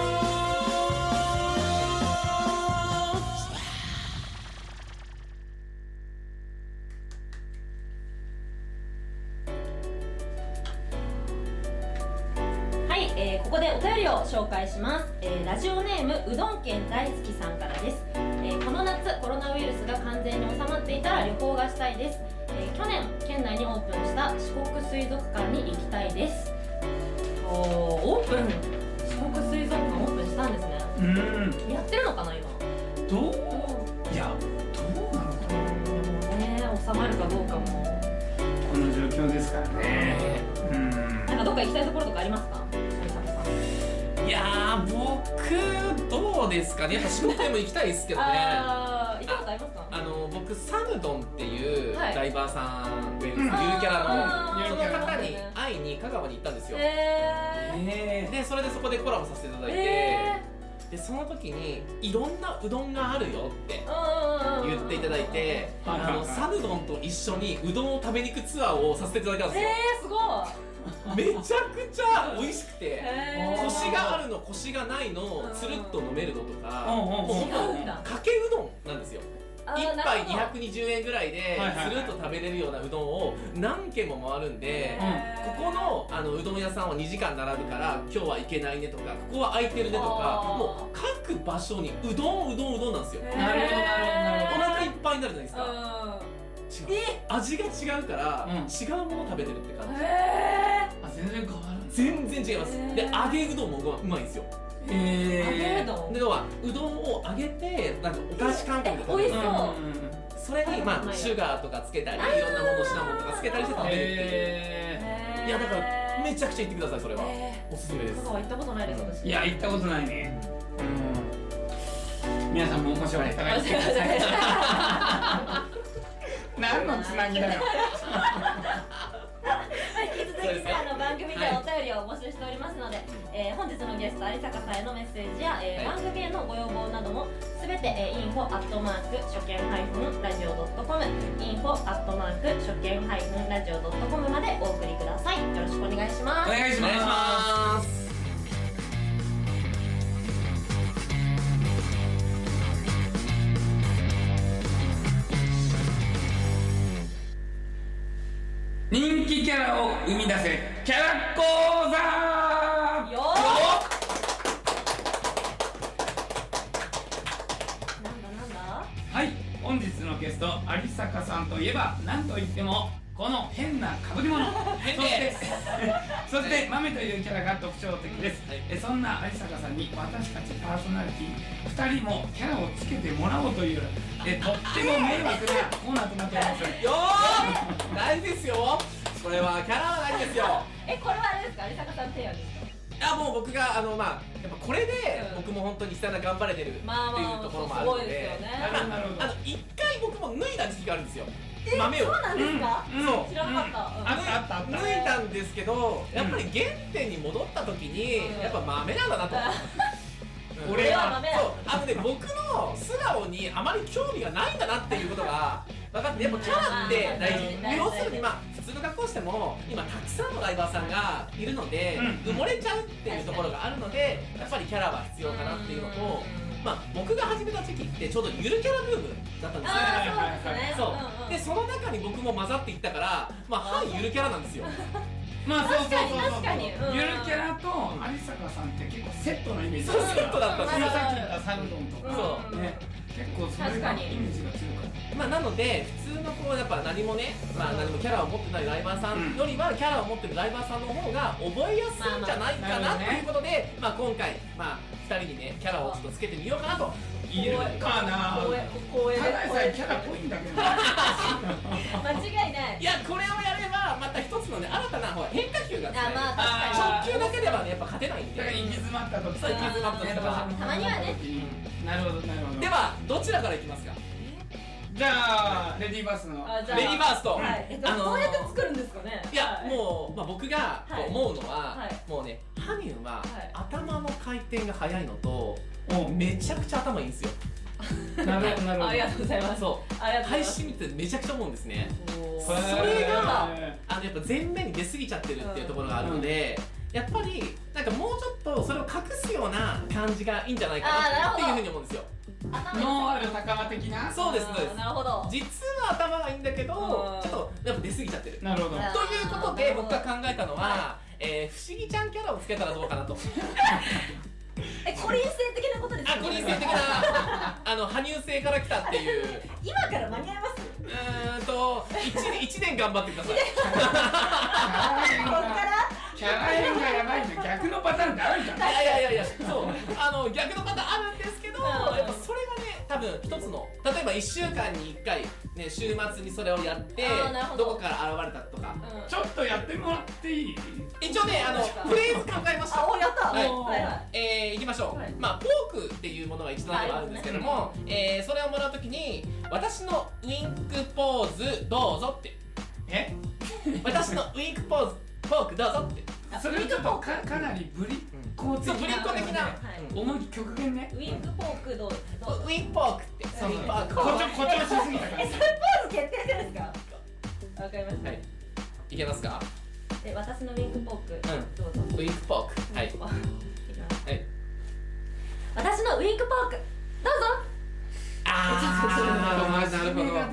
ここでお便りを紹介します。ラジオネームうどん県大好きさんからです。この夏コロナウイルスが完全に収まっていたら旅行がしたいです。去年県内にオープンした四国水族館に行きたいです。オープン、四国水族館オープンしたんですね。やってるのかな今。 どうなのかな。収まるかどうかもこの状況ですからね。 なんかどっか行きたいところとかありますか？ いやー僕どうですかね。やっぱ四国も行きたいですけどね。 行ったことありますか？ 僕サヌドンっていうライバーさんでゆるキャラのその方に会いに香川に行ったんですよ。でそれでそこでコラボさせていただいて、でその時にいろんなうどんがあるよって言っていただいて、サヌドンと一緒にうどんを食べに行くツアーをさせていただいたんですよ。 すごい。 めちゃくちゃ美味しくて、コシがあるのコシがないのつるっと飲めるのとか、もうかけうどんなんですよ。 1杯220円ぐらいでスルッと食べれるようなうどんを何軒も回るんで、ここのうどん屋さんは2時間並ぶから今日は行けないねとか、ここは空いてるねとか、もう各場所にうどんなんですよ。なるほどなるほど。お腹いっぱいになるじゃないですか。味が違うから、違うもの食べてるって感じ。 全然変わる。 全然違います。で揚げうどんもうまいんですよ。 揚げうどん。 で要はうどんを揚げてなんかお菓子感覚で食べる。それにまあシュガーとかつけたり、いろんなものシナモンとかつけたりして食べるっていう。いやだからめちゃくちゃ行ってください。それはおすすめです。 行ったことないです私。 いや行ったことないね。皆さんもお越しをいただいてください。何のつなぎだよ。 引き続き番組でお便りを募集しておりますので、本日のゲスト有坂さんへのメッセージや、番組へのご要望などもすべてinfo@ 初見ラジオ.com info@ 初見ラジオ.com までお送りください。よろしくお願いします。 お願いします。人気キャラを生み出せキャラ講座よー。なんだはい、本日のゲスト有坂さんといえば何といってもこの変な被り物そして豆というキャラが特徴的です、そんな有坂さんに私たちパーソナリティ2人もキャラをつけてもらおうというとっても迷惑なコーナーとなっております。 よー大事ですよ。これはキャラはないんですよ。 これはあれですか、有坂さん提案ですか。 いやもう僕がやっぱこれで僕も本当に久々頑張れてるっていうところもあるので、一回僕も脱いだ時期があるんですよ。豆を。 そうなんですか。 そう知らなかった。 脱いだんですけど、やっぱり原点に戻った時にやっぱ豆なんだなと。 俺は豆だ。 そう僕の素顔にあまり興味がないんだなっていうことが分かって、やっぱキャラって大事。要するに普通の格好しても今たくさんのライバーさんがいるので埋もれちゃうっていうところがあるので、やっぱりキャラは必要かなっていうのと、僕が始めた時期ってちょうどゆるキャラブームだったんですよ。そうでその中に僕も混ざっていったから反ゆるキャラなんですよ。 そうゆるキャラと有坂さんって結構セットのイメージ。 セットだったんですよ。 さっき言ったサルドンとか結構それがイメージが強いから。 なので普通のやっぱ何もね、何もキャラを持ってないライバーさんよりはキャラを持ってるライバーさんの方が覚えやすいんじゃないかなということで、今回2人にねキャラをちょっとつけてみようかなと。 いるかな。ただでさえキャラ濃いんだけど。 間違いない。 いやこれをやればまた一つのね新たな変化球が使える。直球だけではねやっぱ勝てないんで。 だから行き詰まった時。そう行き詰まった時とか。 たまにはね。 なるほどなるほど。 ではどちらからいきますか。 じゃあレディーバースの。 レディーバースト。 どうやって作るんですかね。 いやもう僕が思うのはもうねハニュンは頭の回転が速いのとめちゃくちゃ頭いいんですよ。 なるほどなるほど。 ありがとうございます。 そう配信見てめちゃくちゃ思うんですね。それがやっぱ前面に出過ぎちゃってるっていうところがあるので、やっぱりなんかもうちょっとそれを隠すような感じがいいんじゃないかなっていうふうに思うんですよ。 ノーアル高間的な。 そうですそうです。 なるほど。 実は頭がいいんだけどちょっとやっぱ出過ぎちゃってる。 なるほど。 ということで僕が考えたのは不思議ちゃんキャラをつけたらどうかなと。 コリン星的なことですか。 コリン星的な羽生星から来たっていう。 今から間に合います。 1年頑張ってください。 こっからキャラ変がやばいんで逆のパターンってあるじゃん。 いやそう逆のパターンあるんですけど、やっぱそれがね多分一つの例えば1週間に1回ね週末にそれをやってどこから現れたとか、 ちょっとやってもらっていい？ 一応ねフレーズ考えました。 やった。 いきましょう。ポークっていうものが一度あるんですけども、それをもらうときに私のウインクポーズどうぞって。私のウインクポーズポークどうぞって。 それをちょっとかなりぶりっ子的な思い極限ね。 ウインクポークどうぞ。 ウインクポークって。 誇張しすぎたから。 それポーズ決定してるんですか。わかりました。 いけますか。 私のウインクポークどうぞ。 ウインクポーク。はい。 私のウインクポークどうぞ。 まず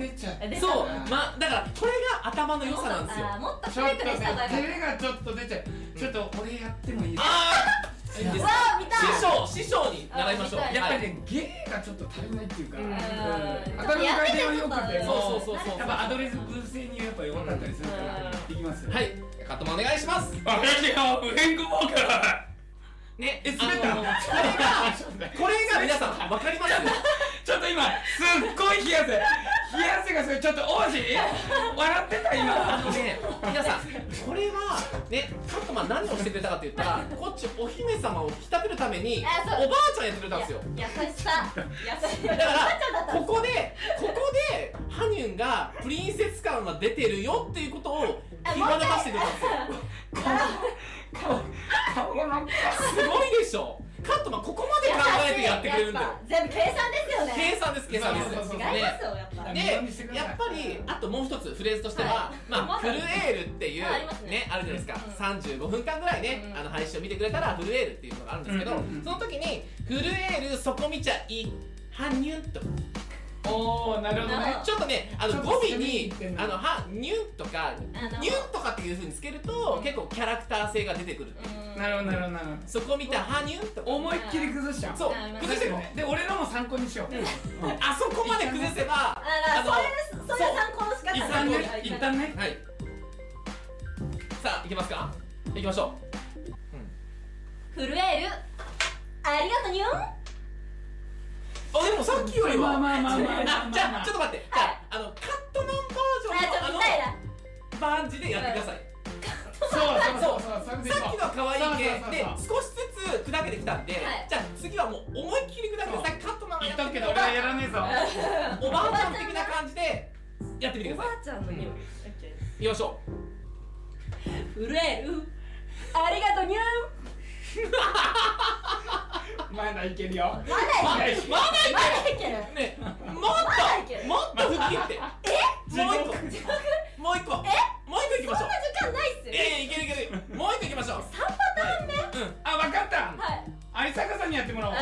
出ちゃった。 そうだからこれが頭の良さなんですよ。 もっとクネクネした方がいい。 照れがちょっと出ちゃう。ちょっと俺やってもいいですか。 師匠に習いましょう。 やっぱりね芸がちょっと足りないっていうか、頭の回転は良くて、そうやっぱアドリブ性にやっぱ弱かったりするからいきます。 はい、カットもお願いします。 私はウヘングボーカーね、 滑った。 これが皆さんわかります？ ちょっと今すっごい冷や汗がする。ちょっと王子笑ってた今。 皆さんこれはね、カットマン何をしてくれたかって言ったら、こっちお姫様を引き立てるためにおばあちゃんやってくれたんですよ。 優しさだからここでハニュンがプリンセス感は出てるよっていうことを気が出してくれたんですよ。 顔がなんかすごいでしょ。カットマンここまで考えてやってくれるんだよ。 全部計算ですよね。 計算です。 違いますよやっぱ。 で、やっぱりあともう一つフレーズとしては、フルエールっていうねあるじゃないですか。35分間ぐらいね配信を見てくれたらフルエールっていうのがあるんですけど、その時にフルエールそこ見ちゃいはにゅんと。 おー、なるほどね。 ちょっとね、語尾にはにゅんとかにゅんとかっていう風につけると結構キャラクター性が出てくる。 なるほどなるほど。 そこ見たはにゅんと思いっきり崩しちゃう。そう崩してるね。で俺のも参考にしよう。 あそこまで崩せばそういう参考の仕方。 一旦ね。 はい。さあ、いきますか。いきましょう。フルエールありがとうにゅん。 あ、でもさっきよりはじゃあちょっと待って。じゃあカットマンバージョンのバンジでやってください。そうさっきの可愛い系で少しずつ砕けてきたんで、じゃあ次はもう思いっきり砕けて、さっきカットマンがやってるけど俺はやらねえぞ。おばあちゃん的な感じでやってみてください。 おばあちゃんの匂い。 いきましょう。フルエールありがとうにゅん。 まだいけるよ。 まだいけるね。もっと吹っ切って。もう一個いきましょう。 そんな時間ないっすよ。 いける。もう一個いきましょう。 3パターン目。 あ、わかった。有坂さんにやってもらおう。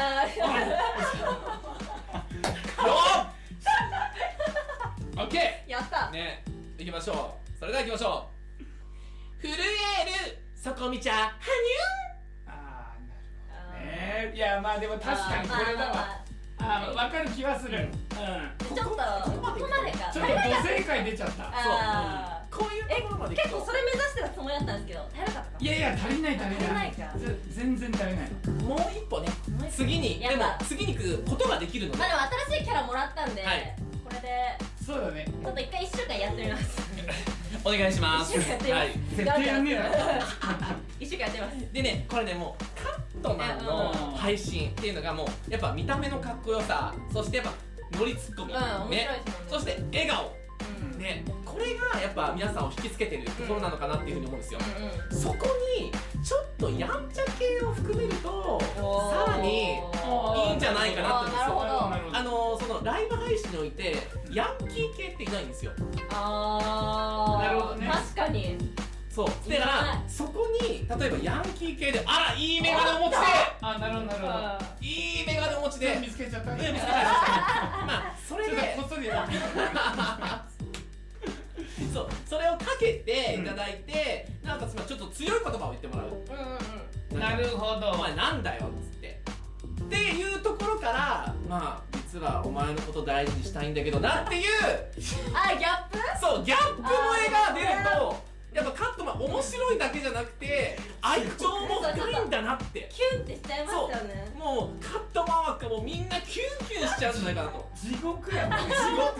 オッケー。やった。 ね、いきましょう。それでは行きましょう。フルエールそこみちゃはにゅん。 いやまあでも確かにこれだわ。わかる気はする。 ちょっとここまでか。 ちょっとど正解出ちゃった。 こういうところまで結構それ目指してたつもりだったんですけど足りなかったか。 いや足りない全然足りない。 もう一歩ね。次にでも次に行くことができるので。 まあでも新しいキャラもらったんでこれでそうだね。 ちょっと1回1週間やってみます。 お願いします。 1週間やってみます。 絶対やんねえな。 1週間やってます。 でね、これねもうカットマンの配信っていうのがもうやっぱ見た目のかっこよさ、そしてやっぱノリツッコミね、そして笑顔ね、これがやっぱ皆さんを引きつけてるところなのかなっていうふうに思うんですよ。そこにちょっとやんちゃ系を含めるとさらにいいんじゃないかなって思うんですよ。そのライブ配信においてヤンキー系っていないんですよ。 なるほどね。 確かに。 そうだからそこに例えばヤンキー系であらいいメガネお持ちで、 なるほどいいメガネお持ちで見つけちゃった。 まあそれでこっそりやる。 そうそれをかけていただいて、なおかつちょっと強い言葉を言ってもらう。 なるほど。 お前なんだよっつってっていうところから、まあ実はお前のこと大事にしたいんだけどなっていうギャップ。 そうギャップの絵が出るとやっぱカットマン面白いだけじゃなくて愛情も深いんだなってキュンってしちゃいますよね。 もうカットマンはもうみんなキュンキュンしちゃうんじゃないかなと。 地獄やもん。地獄。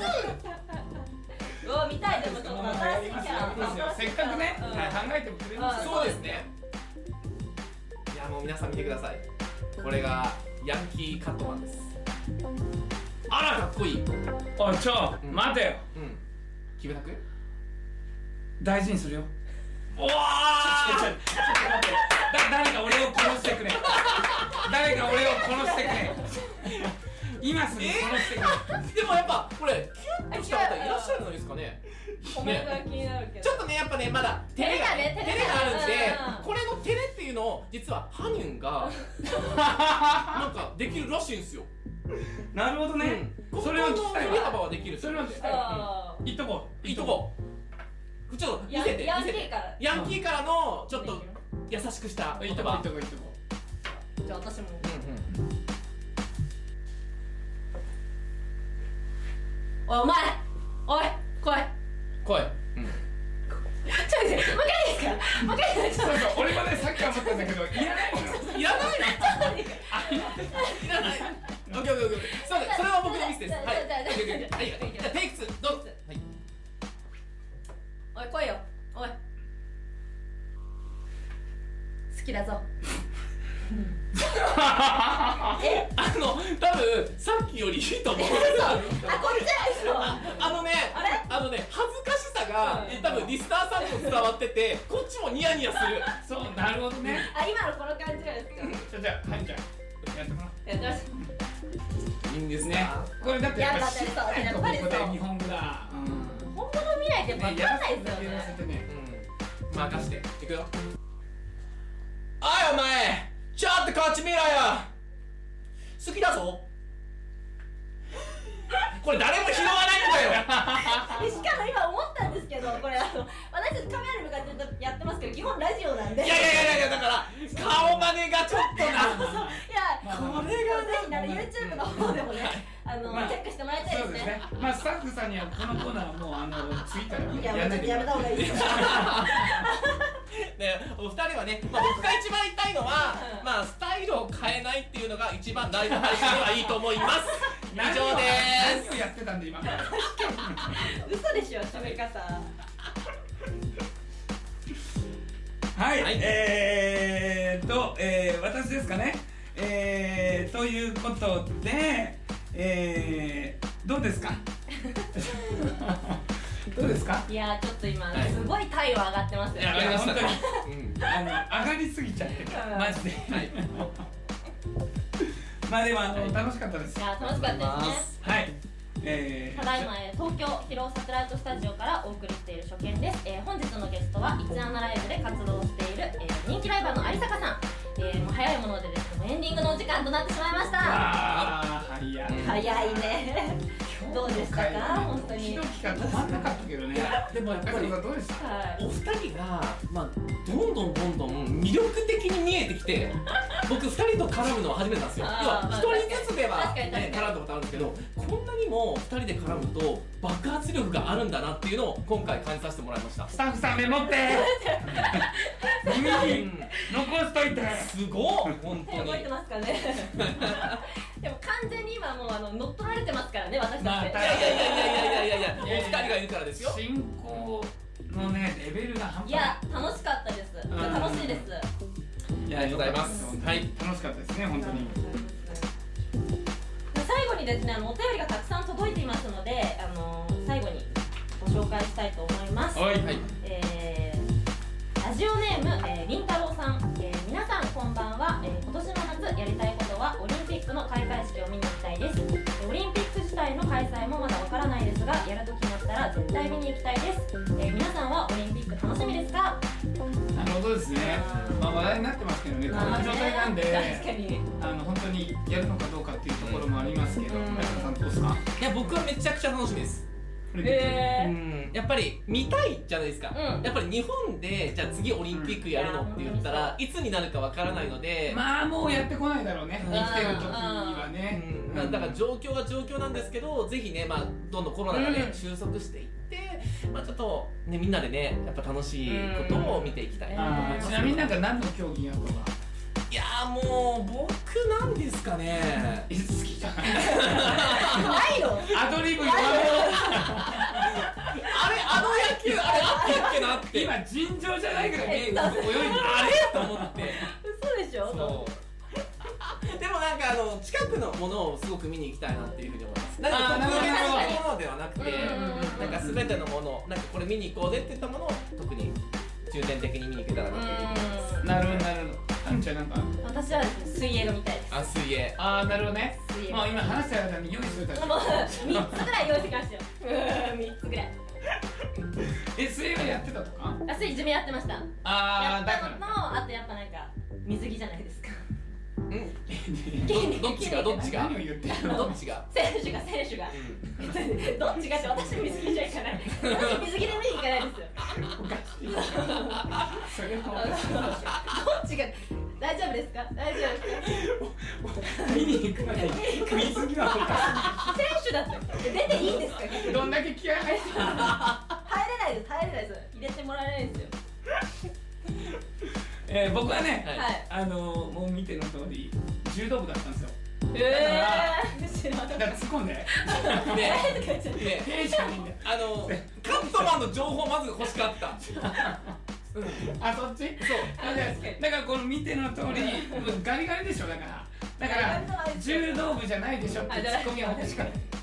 見たい。でもちょっと新しいキャラせっかくね考えてもくれます。 そうですね。いやもう皆さん見てください。これがヤンキーカットマンです。あらかっこいい。 おい待てよ。 キムタク大事にするよ。おわー。ちょっと待って。誰か俺を殺してくれ。誰か俺を殺してくれ。今すぐ殺してくれ。 でもやっぱこれキュンとした方いらっしゃるのですかね。 コメントが気になるけど。 ちょっとねやっぱねまだ照れがあるんで、これの照れっていうのを実はハニュンがなんかできるらしいんですよ。 なるほどね。それは聞きたいわ。 振り幅はできる。 それは聞きたいわ。いっとこう。 いっとこう。ちょっと見せて。ヤンキーからのちょっと優しくした言葉。 いっとこう。 じゃあ私も。お前、おい、来い。 来い。 ちょっと待って、もう一回いいですか。もう一回いいですか。 そうそう、俺もね、さっき思ったんだけど、いらないの。 いらない。いらない。オッケー。それは僕のミスです。はい。はい。じゃあテイク2どうぞ。はい。 おい、来いよ。おい。好きだぞ。 多分さっきよりいいと思う。 こっちですよ。 恥ずかしさが多分リスナーさんにも伝わってて、こっちもニヤニヤする。 そう、なるほどね。 今のこの感じなんですか。 じゃあ、はい、じゃあやってもらう。 やってます。 いいんですね。 これだってやっぱしっかりとここで日本語だ。 本物見ないって分かんないですよね。 任していくよ。おいお前、ちょっとこっち見ろよ。好きだぞ。これ誰も拾わないんだよ。 しかも今思ったんですけど、これ私たちカメラに向かってやってますけど、基本ラジオなんで。 いやだから顔真似がちょっとな。 いや、これがぜひYouTube の方でもね、チェックしてもらいたいですね。 まあスタッフさんにはこのコーナーもう次からやめた方がいいです。 で、お二人はね、僕が一番言いたいのは、スタイルを変えないっていうのが一番ライブ配信ではいいと思います。以上です。 何をやってたんで今。 嘘でしょ、締め方。 はい、私ですかね。ということで、どうですか。どうですか。 いや、ちょっと今すごい体温上がってますよ。 いや、本当に上がりすぎちゃってマジで。まあでも楽しかったです。 いや、楽しかったですね。 はい。 ただいま東京広尾サテライトスタジオからお送りしている初見です。本日のゲストは「いつあなライブ」で活動している人気ライバーの有坂さん。もう早いものでですね、エンディングのお時間となってしまいました。早いね。どうでしたか。本当にドキドキが止まんなかったけどね。 でもやっぱりどうでした。 お二人がどんどん魅力的に見えてきて、僕二人と絡むのは初めてなんですよ。要は一人ずつでは絡んだことあるんですけど、こんなにも二人で絡むと爆発力があるんだなっていうのを今回感じさせてもらいました。 スタッフさんメモって。耳に残しといて。 すごい本当に。 覚えてますかね。でも完全に今もう乗っ取られてますからね、私たち。 いやお二人がいるからですよ。 進行のねレベルが半端ない。 いや、楽しかったです。楽しいです。 いや、ありがとうございます。 はい、楽しかったですね、本当に。 最後にですね、お便りがたくさん届いていますので、最後にご紹介したいと思います。 はい。 ラジオネーム、りんたろうさん。皆さんこんばんは。今年の夏やりたいことはオリンピックの開会式を見に行きたいです。オリンピック自体の開催もまだわからないですが、やると決まったら絶対見に行きたいです。皆さんはオリンピック楽しみですか。 なるほどですね。話題になってますけどね、こんな状態なんで、本当にやるのかどうかっていうところもありますけど、林田さんどうですか。 いや、僕はめちゃくちゃ楽しみです。やっぱり見たいじゃないですか。やっぱり日本でじゃあ次オリンピックやるのって言ったらいつになるかわからないので、 まあもうやってこないだろうね、生きてる時にはね。 だから状況は状況なんですけど、ぜひね、どんどんコロナがね収束していって、ちょっとね、みんなでね、やっぱ楽しいことを見ていきたいなと思います。 ちなみに何の競技やるのか。 いやー、もう僕なんですかね。 好きじゃない。 ないの。 アドリブ弱め。 野球あれあったっけなって。 今尋常じゃないぐらい泳いであれと思って。 嘘でしょ。 でもなんか近くのものをすごく見に行きたいなっていうふうに思います。なんか特別なものではなくて、なんか全てのもの、なんかこれ見に行こうぜって言ったものを特に重点的に見に行けたらなっていうふうに思います。 なるほどなるほど。あんちゃんなんか。 私は水泳が見たいです。 あ、水泳。 なるほどね。もう今話してる間に用意しといた。 もう3つぐらい用意してきましたよ。3つぐらい。 水泳はやってたとか。 水泳自分やってました。やったのと、あとやっぱなんか水着じゃないですか。 どっちがどっちが何を言ってるの？どっちが選手がどっちがって私水着じゃいかない私水着で見に行かないですよおかしいそれはおかしいどっちが大丈夫ですか大丈夫ですか見に行くのに水着はおか選手だって出ていいんですかしいどんだけ気合入ってる入れないです入れてもらえないんですよ僕はね、 はいもう見ての通り柔道部だったんですよ。 知らなかっただから突っ込んで。 ね兵士じゃないんだよ。 カットマンの情報まず欲しかったあ、そっち？そう。だからこの見ての通りガリガリでしょだから。だから柔道部じゃないでしょってツッコミが欲しかった。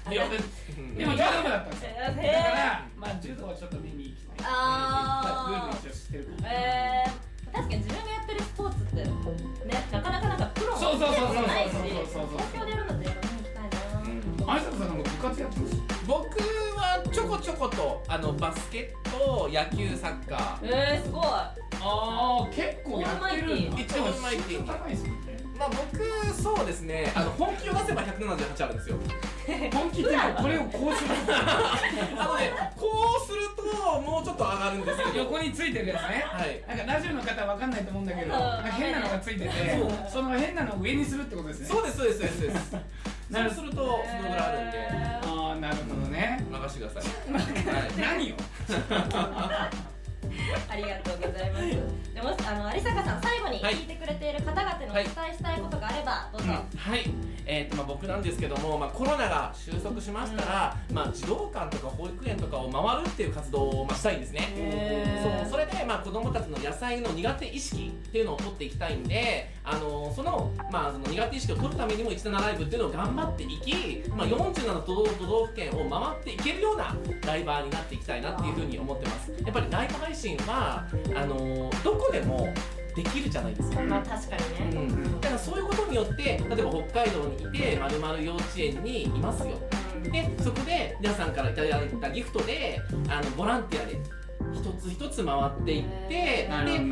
でも柔道部だったんですよ。だからまあ柔道はちょっと見に行きたい。ルール一応知ってるから。 確かに自分がやってるスポーツってね、なかなかプロそうないし、東京でやるのってやっぱ見に行きたいな。 あいさくさんなんか部活やってます？ 僕はちょこちょことバスケット、野球、サッカー。 すごい。 結構やってる。 一応オールマイティーに。 高いですもんね。 まあ僕そうですね。本気を出せば178あるんですよ。 本気ってこれをこうする。 こうするともうちょっと上がるんですけど。 横についてるやつね。はい。なんかラジオの方はわかんないと思うんだけど、変なのがついてて、その変なのを上にするってことですね。 そうです。そうするとそのぐらいあるんで。 ああ、なるほどね。 任せてください。 何よ。 ありがとうございます。でも有坂さん最後に聞いてくれている方々にお伝えしたいことがあればどうぞ。 はい。僕なんですけども、コロナが収束しましたら、児童館とか保育園とかを回るっていう活動をしたいんですね。それで子どもたちの野菜の苦手意識っていうのを取っていきたいんで、その苦手意識を取るためにも17ライブっていうのを頑張っていき、47都道府県を回っていけるようなライバーになっていきたいなっていうふうに思ってます。やっぱりライブ配信はどこでもできるじゃないですか。 まあ確かにね。 だからそういうことによって例えば北海道にいて〇〇幼稚園にいますよ。でそこで皆さんからいただいたギフトでボランティアで一つ一つ回っていってで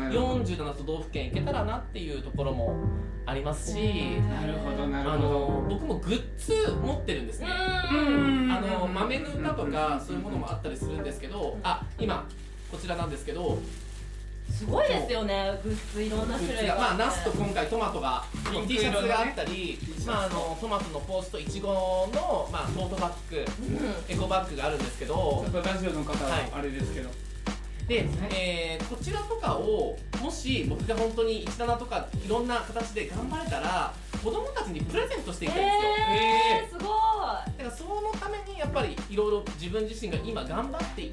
47都道府県行けたらなっていうところもありますし、 なるほど僕もグッズ持ってるんですね。豆の歌とかそういうものもあったりするんですけど、今こちらなんですけど。 すごいですよね、グッズいろんな種類が。 ナスと今回トマトが T シャツがあったり、トマトのポーチとイチゴのトートバッグ、エコバッグがあるんですけど、 ちょっとラジオの方はあれですけど、 で、こちらとかをもし僕が本当に17とかいろんな形で頑張れたら子供たちにプレゼントしていきたいんですよ。 すごい。 だからそのためにやっぱりいろいろ自分自身が今頑張っていって、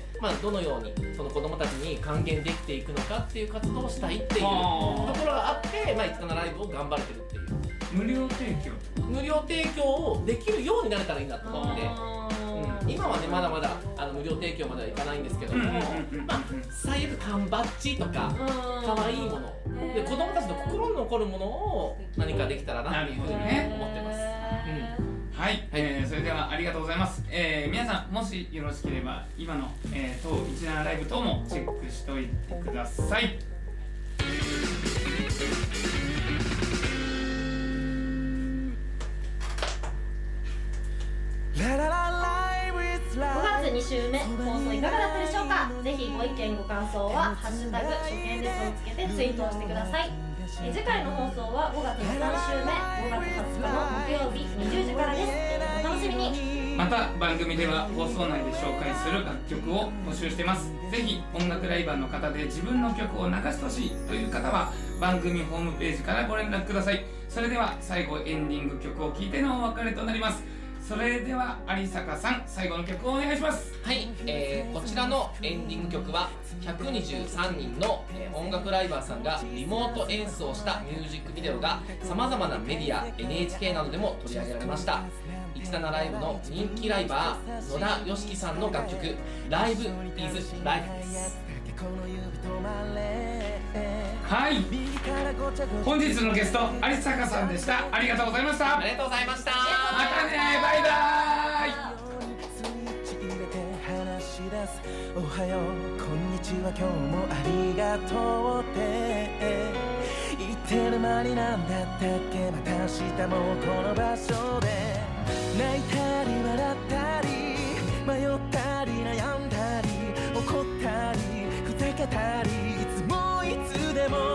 どのようにその子供たちに還元できていくのかっていう活動をしたいっていうところがあって、17ライブを頑張れてるっていう。 無料提供をできるようになれたらいいなと思って。今はねまだまだ無料提供まではいかないんですけども、最悪缶バッジとか可愛いもので子供たちの心に残るものを何かできたらなっていうふうに思ってます。 はい、それではありがとうございます。皆さんもしよろしければ今の当17ライブ等もチェックしておいてください。 5月2週目放送いかがだったでしょうか。ぜひご意見ご感想はハッシュタグ初見ですをつけてツイートをしてください。次回の放送は5月の3週目5月20日の木曜日20時からです。お楽しみに。 また番組では放送内で紹介する楽曲を募集してます。ぜひ音楽ライバーの方で自分の曲を流してほしいという方は番組ホームページからご連絡ください。それでは最後エンディング曲を聴いてのお別れとなります。それでは有坂さん最後の曲をお願いします。 はい、こちらのエンディング曲は123人の音楽ライバーさんがリモート演奏したミュージックビデオがさまざまなメディア NHK などでも取り上げられました。17ライブの人気ライバー野田佳樹さんの楽曲「Live is Life」です。 はい、本日のゲスト有坂さんでした。ありがとうございました。 ありがとうございました。 またね、バイバーイ。 おはようこんにちは今日もありがとうって言っってる間になんだったっけ、また明日もこの場所で泣いたり笑ったり迷ったり悩んだり怒ったりふざけたり、いつもいつでも